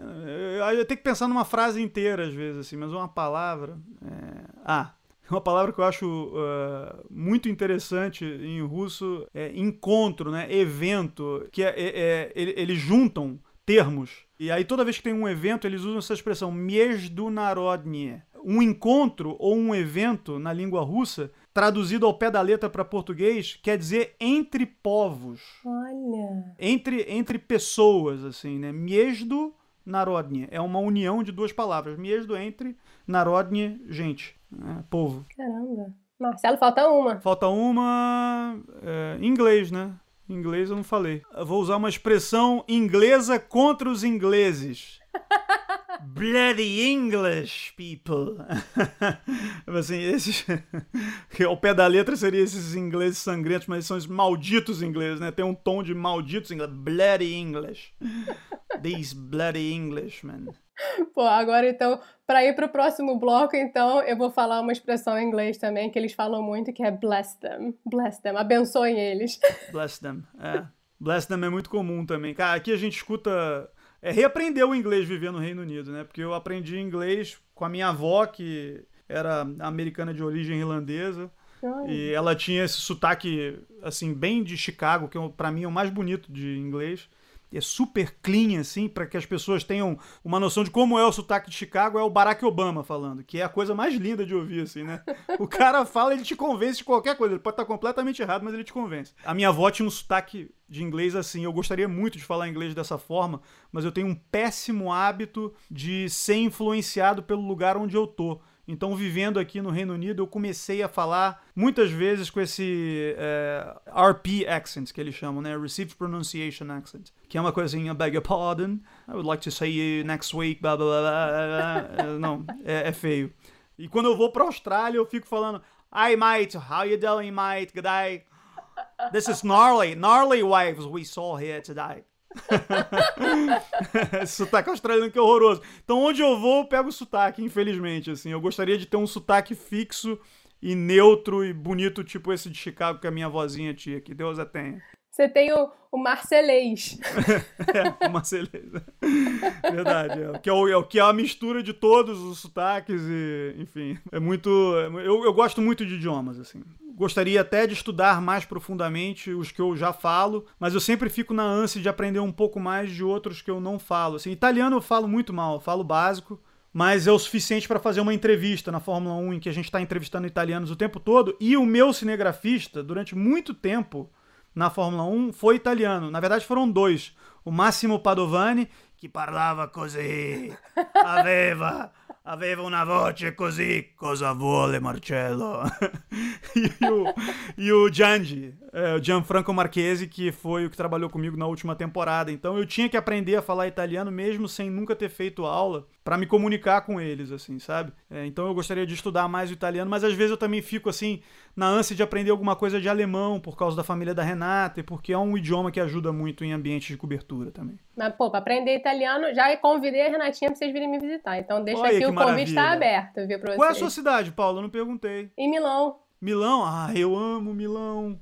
Eu tenho que pensar numa frase inteira, às vezes, assim, mas uma palavra... É... Ah, uma palavra que eu acho uh, muito interessante em russo é encontro, né? Evento, que é, é, é, eles juntam termos. E aí toda vez que tem um evento, eles usam essa expressão международные. Um encontro ou um evento na língua russa, traduzido ao pé da letra para português, quer dizer entre povos. Olha! Entre, entre pessoas, assim, né? Международные. É uma união de duas palavras. Между, entre, народные, gente. É, povo. Caramba. Marcelo, falta uma. Falta uma... É, em inglês, né? Em inglês eu não falei. Eu vou usar uma expressão inglesa contra os ingleses. Bloody English people. Assim, esses... Ao pé da letra seria esses ingleses sangrentos, mas são os malditos ingleses, né? Tem um tom de malditos ingleses. Bloody English. These bloody Englishmen. Pô, agora então, para ir pro próximo bloco, então, eu vou falar uma expressão em inglês também, que eles falam muito, que é bless them. Bless them. Abençoem eles. Bless them. É. Bless them é muito comum também. Cara, aqui a gente escuta é reaprender o inglês vivendo no Reino Unido, né? Porque eu aprendi inglês com a minha avó, que era americana de origem irlandesa. Ai. E ela tinha esse sotaque, assim, bem de Chicago, que pra mim é o mais bonito de inglês. É super clean, assim, para que as pessoas tenham uma noção de como é o sotaque de Chicago. É o Barack Obama falando, que é a coisa mais linda de ouvir, assim, né? O cara fala, ele te convence de qualquer coisa. Ele pode estar completamente errado, mas ele te convence. A minha avó tinha um sotaque de inglês assim. Eu gostaria muito de falar inglês dessa forma, mas eu tenho um péssimo hábito de ser influenciado pelo lugar onde eu tô. Então, vivendo aqui no Reino Unido, eu comecei a falar muitas vezes com esse é, R P accent, que eles chamam, né? Received Pronunciation Accent. Que é uma coisa assim, I beg your pardon, I would like to see you next week, blá, blá, blá, blá. Não, é, é feio. E quando eu vou pra Austrália, eu fico falando, Hi, mate, how you doing, mate? Good day. This is gnarly, gnarly waves we saw here today. Esse sotaque australiano que é horroroso. Então onde eu vou eu pego o sotaque, infelizmente, assim. Eu gostaria de ter um sotaque fixo e neutro e bonito, tipo esse de Chicago que a minha vozinha tinha, que Deus a tenha. Você tem o, o marcelês. É, o marcelês. Verdade, é. Que é, o, é o que é a mistura de todos os sotaques e, enfim, é muito... Eu, eu gosto muito de idiomas, assim. Gostaria até de estudar mais profundamente os que eu já falo, mas eu sempre fico na ânsia de aprender um pouco mais de outros que eu não falo. Assim, italiano eu falo muito mal, eu falo básico, mas é o suficiente para fazer uma entrevista na Fórmula um em que a gente está entrevistando italianos o tempo todo, e o meu cinegrafista, durante muito tempo na Fórmula um, foi italiano. Na verdade foram dois. O Massimo Padovani, que parlava così, aveva... Aveva una voce così, cosa vuole Marcello? e, o, e o Giangi, é, o Gianfranco Marchesi, que foi o que trabalhou comigo na última temporada. Então eu tinha que aprender a falar italiano mesmo sem nunca ter feito aula para me comunicar com eles, assim, sabe? É, então eu gostaria de estudar mais o italiano, mas às vezes eu também fico assim na ânsia de aprender alguma coisa de alemão por causa da família da Renata e porque é um idioma que ajuda muito em ambientes de cobertura também. Mas, pô, pra aprender italiano, já convidei a Renatinha pra vocês virem me visitar. Então deixa Olha, aqui, o maravilha. Convite tá aberto, viu, pra vocês. Qual é a sua cidade, Paulo? Eu não perguntei. Em Milão. Milão? Ah, eu amo Milão.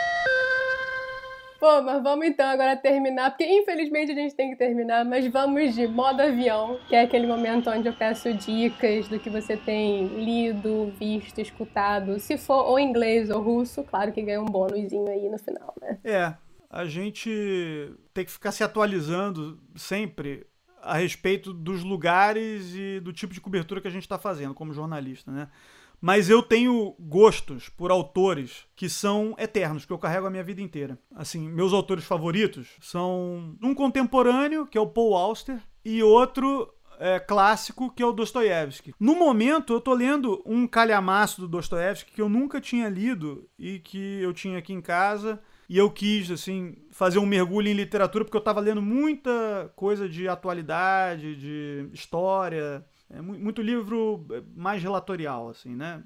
Pô, mas vamos então agora terminar, porque infelizmente a gente tem que terminar, mas vamos de modo avião, que é aquele momento onde eu peço dicas do que você tem lido, visto, escutado. Se for ou inglês ou russo, claro que ganha um bônusinho aí no final, né? É, a gente tem que ficar se atualizando sempre a respeito dos lugares e do tipo de cobertura que a gente está fazendo como jornalista, né? Mas eu tenho gostos por autores que são eternos, que eu carrego a minha vida inteira. Assim, meus autores favoritos são um contemporâneo, que é o Paul Auster, e outro é, clássico, que é o Dostoiévski. No momento, eu tô lendo um calhamaço do Dostoiévski que eu nunca tinha lido e que eu tinha aqui em casa. E eu quis, assim, fazer um mergulho em literatura, porque eu tava lendo muita coisa de atualidade, de história... É muito livro mais relatorial, assim, né?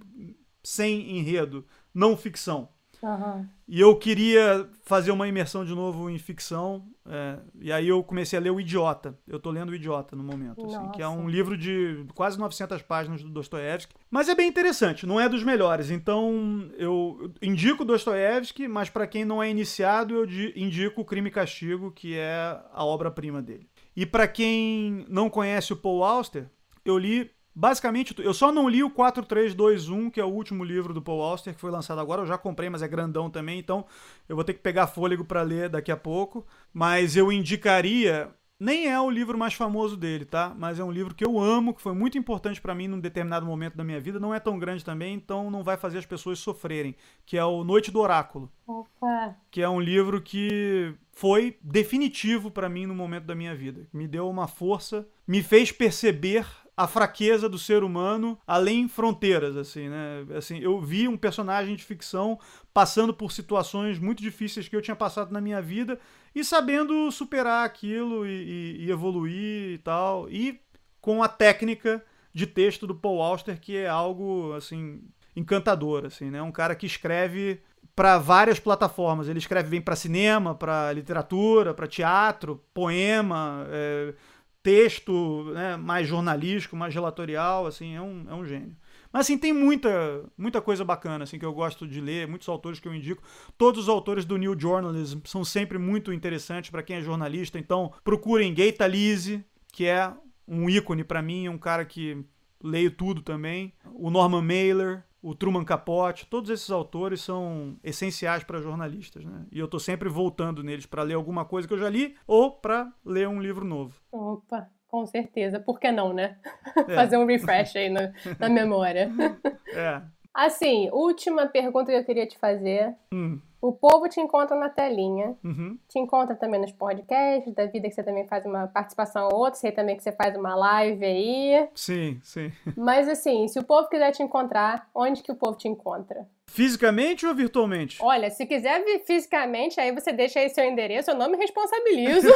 Sem enredo, não ficção. Uhum. E eu queria fazer uma imersão de novo em ficção, é, e aí eu comecei a ler O Idiota. Eu tô lendo O Idiota no momento, assim, que é um livro de quase novecentas páginas do Dostoiévski. Mas é bem interessante, não é dos melhores. Então eu indico Dostoiévski, mas para quem não é iniciado, eu indico Crime e Castigo, que é a obra-prima dele. E para quem não conhece o Paul Auster, eu li basicamente, eu só não li o quatro três dois um, que é o último livro do Paul Auster, que foi lançado agora. Eu já comprei, mas é grandão também, então eu vou ter que pegar fôlego para ler daqui a pouco. Mas eu indicaria, nem é o livro mais famoso dele, tá? Mas é um livro que eu amo, que foi muito importante para mim num determinado momento da minha vida. Não é tão grande também, então não vai fazer as pessoas sofrerem, que é o Noite do Oráculo. Opa. Que é um livro que foi definitivo para mim no momento da minha vida. Me deu uma força, me fez perceber a fraqueza do ser humano além fronteiras, assim, né? Assim, eu vi um personagem de ficção passando por situações muito difíceis que eu tinha passado na minha vida e sabendo superar aquilo e, e, e evoluir e tal. E com a técnica de texto do Paul Auster, que é algo, assim, encantador, assim, né? Um cara que escreve para várias plataformas. Ele escreve bem para cinema, para literatura, para teatro, poema, é, texto, né, mais jornalístico, mais relatorial, assim, é um, é um gênio. Mas assim, tem muita, muita coisa bacana assim, que eu gosto de ler, muitos autores que eu indico. Todos os autores do New Journalism são sempre muito interessantes para quem é jornalista. Então procurem Gay Talese, que é um ícone para mim, um cara que leio tudo também. O Norman Mailer, o Truman Capote, todos esses autores são essenciais para jornalistas, né? E eu tô sempre voltando neles para ler alguma coisa que eu já li ou para ler um livro novo. Opa, com certeza. Por que não, né? É. Fazer um refresh aí na, na memória. É. Assim, última pergunta que eu queria te fazer. Hum. O povo te encontra na telinha, uhum. te encontra também nos podcasts da vida, que você também faz uma participação ou outra, sei também que você faz uma live aí. Sim, sim. Mas assim, se o povo quiser te encontrar, onde que o povo te encontra? Fisicamente ou virtualmente? Olha, se quiser vir fisicamente, aí você deixa aí seu endereço, eu não me responsabilizo.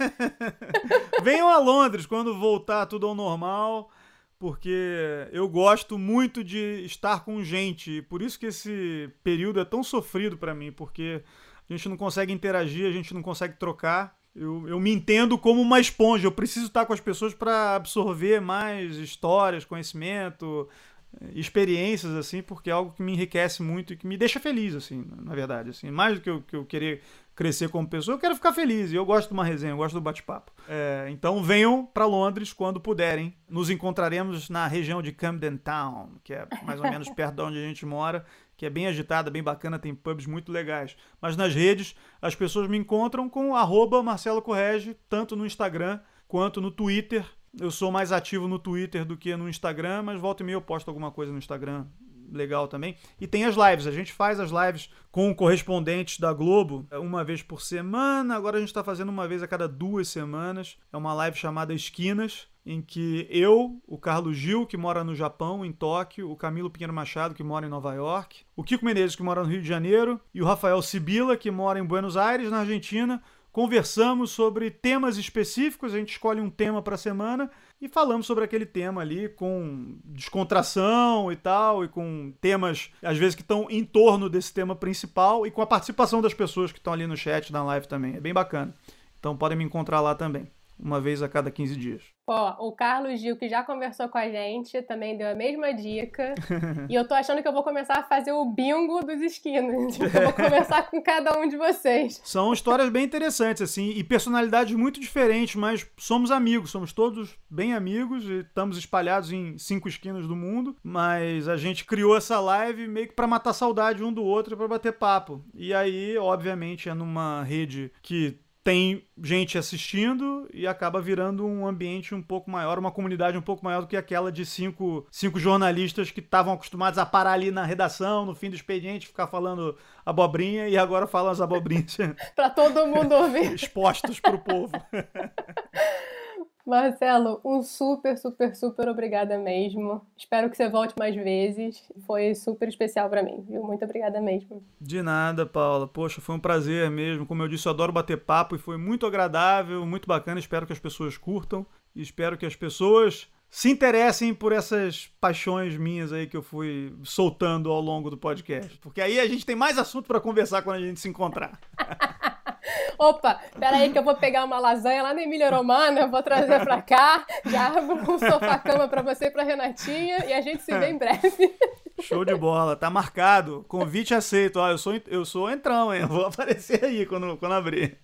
Venham a Londres quando voltar tudo ao normal, porque eu gosto muito de estar com gente, e por isso que esse período é tão sofrido para mim, porque a gente não consegue interagir, a gente não consegue trocar. Eu, eu me entendo como uma esponja, eu preciso estar com as pessoas para absorver mais histórias, conhecimento, experiências, assim, porque é algo que me enriquece muito e que me deixa feliz, assim, na verdade, assim, mais do que eu, que eu querer crescer como pessoa, eu quero ficar feliz, e eu gosto de uma resenha, eu gosto do bate-papo. É, então venham para Londres quando puderem, nos encontraremos na região de Camden Town, que é mais ou menos perto de onde a gente mora, que é bem agitada, bem bacana, tem pubs muito legais. Mas nas redes, as pessoas me encontram com arroba Marcelo Correge, tanto no Instagram quanto no Twitter. Eu sou mais ativo no Twitter do que no Instagram, mas volta e meia eu posto alguma coisa no Instagram legal também. E tem as lives, a gente faz as lives com correspondentes da Globo uma vez por semana, agora a gente está fazendo uma vez a cada duas semanas. É uma live chamada Esquinas, em que eu, o Carlos Gil, que mora no Japão, em Tóquio, o Camilo Pinheiro Machado, que mora em Nova York, o Kiko Menezes, que mora no Rio de Janeiro, e o Rafael Sibila, que mora em Buenos Aires, na Argentina, conversamos sobre temas específicos, a gente escolhe um tema para a semana e falamos sobre aquele tema ali com descontração e tal, e com temas, às vezes, que estão em torno desse tema principal e com a participação das pessoas que estão ali no chat, na live também. É bem bacana. Então podem me encontrar lá também, uma vez a cada quinze dias. Ó, o Carlos Gil, que já conversou com a gente, também deu a mesma dica. E eu tô achando que eu vou começar a fazer o bingo dos esquinas. Eu vou conversar com cada um de vocês. São histórias bem interessantes, assim, e personalidades muito diferentes, mas somos amigos, somos todos bem amigos e estamos espalhados em cinco esquinas do mundo, mas a gente criou essa live meio que pra matar saudade um do outro e pra bater papo. E aí, obviamente, é numa rede que tem gente assistindo e acaba virando um ambiente um pouco maior, uma comunidade um pouco maior do que aquela de cinco, cinco jornalistas que estavam acostumados a parar ali na redação, no fim do expediente, ficar falando abobrinha, e agora falam as abobrinhas para todo mundo ouvir, expostos pro povo. Marcelo, um super, super, super obrigada mesmo. Espero que você volte mais vezes. Foi super especial pra mim, viu? Muito obrigada mesmo. De nada, Paula. Poxa, foi um prazer mesmo. Como eu disse, eu adoro bater papo e foi muito agradável, muito bacana. Espero que as pessoas curtam e espero que as pessoas se interessem por essas paixões minhas aí que eu fui soltando ao longo do podcast. Porque aí a gente tem mais assunto pra conversar quando a gente se encontrar. Opa, peraí que eu vou pegar uma lasanha lá na Emília-Romana, eu vou trazer pra cá, já abro um sofá-cama pra você e pra Renatinha, e a gente se vê em breve. Show de bola, tá marcado, convite aceito. Ó, eu sou, eu sou entrão, hein? Eu vou aparecer aí quando, quando abrir.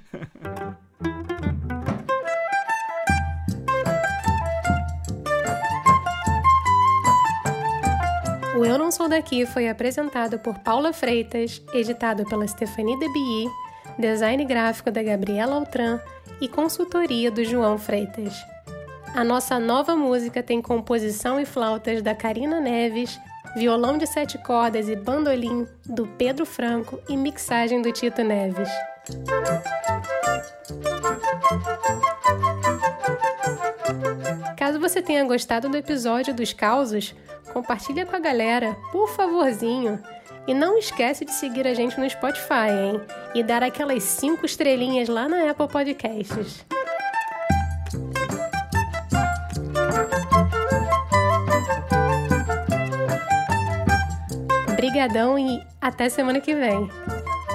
O Eu Não Sou Daqui foi apresentado por Paula Freitas, editado pela Stephanie Debilly, design gráfico da Gabriela Altran e consultoria do João Freitas. A nossa nova música tem composição e flautas da Karina Neves, violão de sete cordas e bandolim do Pedro Franco e mixagem do Tito Neves. Caso você tenha gostado do episódio dos causos, compartilha com a galera, por favorzinho. E não esquece de seguir a gente no Spotify, hein? E dar aquelas cinco estrelinhas lá na Apple Podcasts. Brigadão e até semana que vem.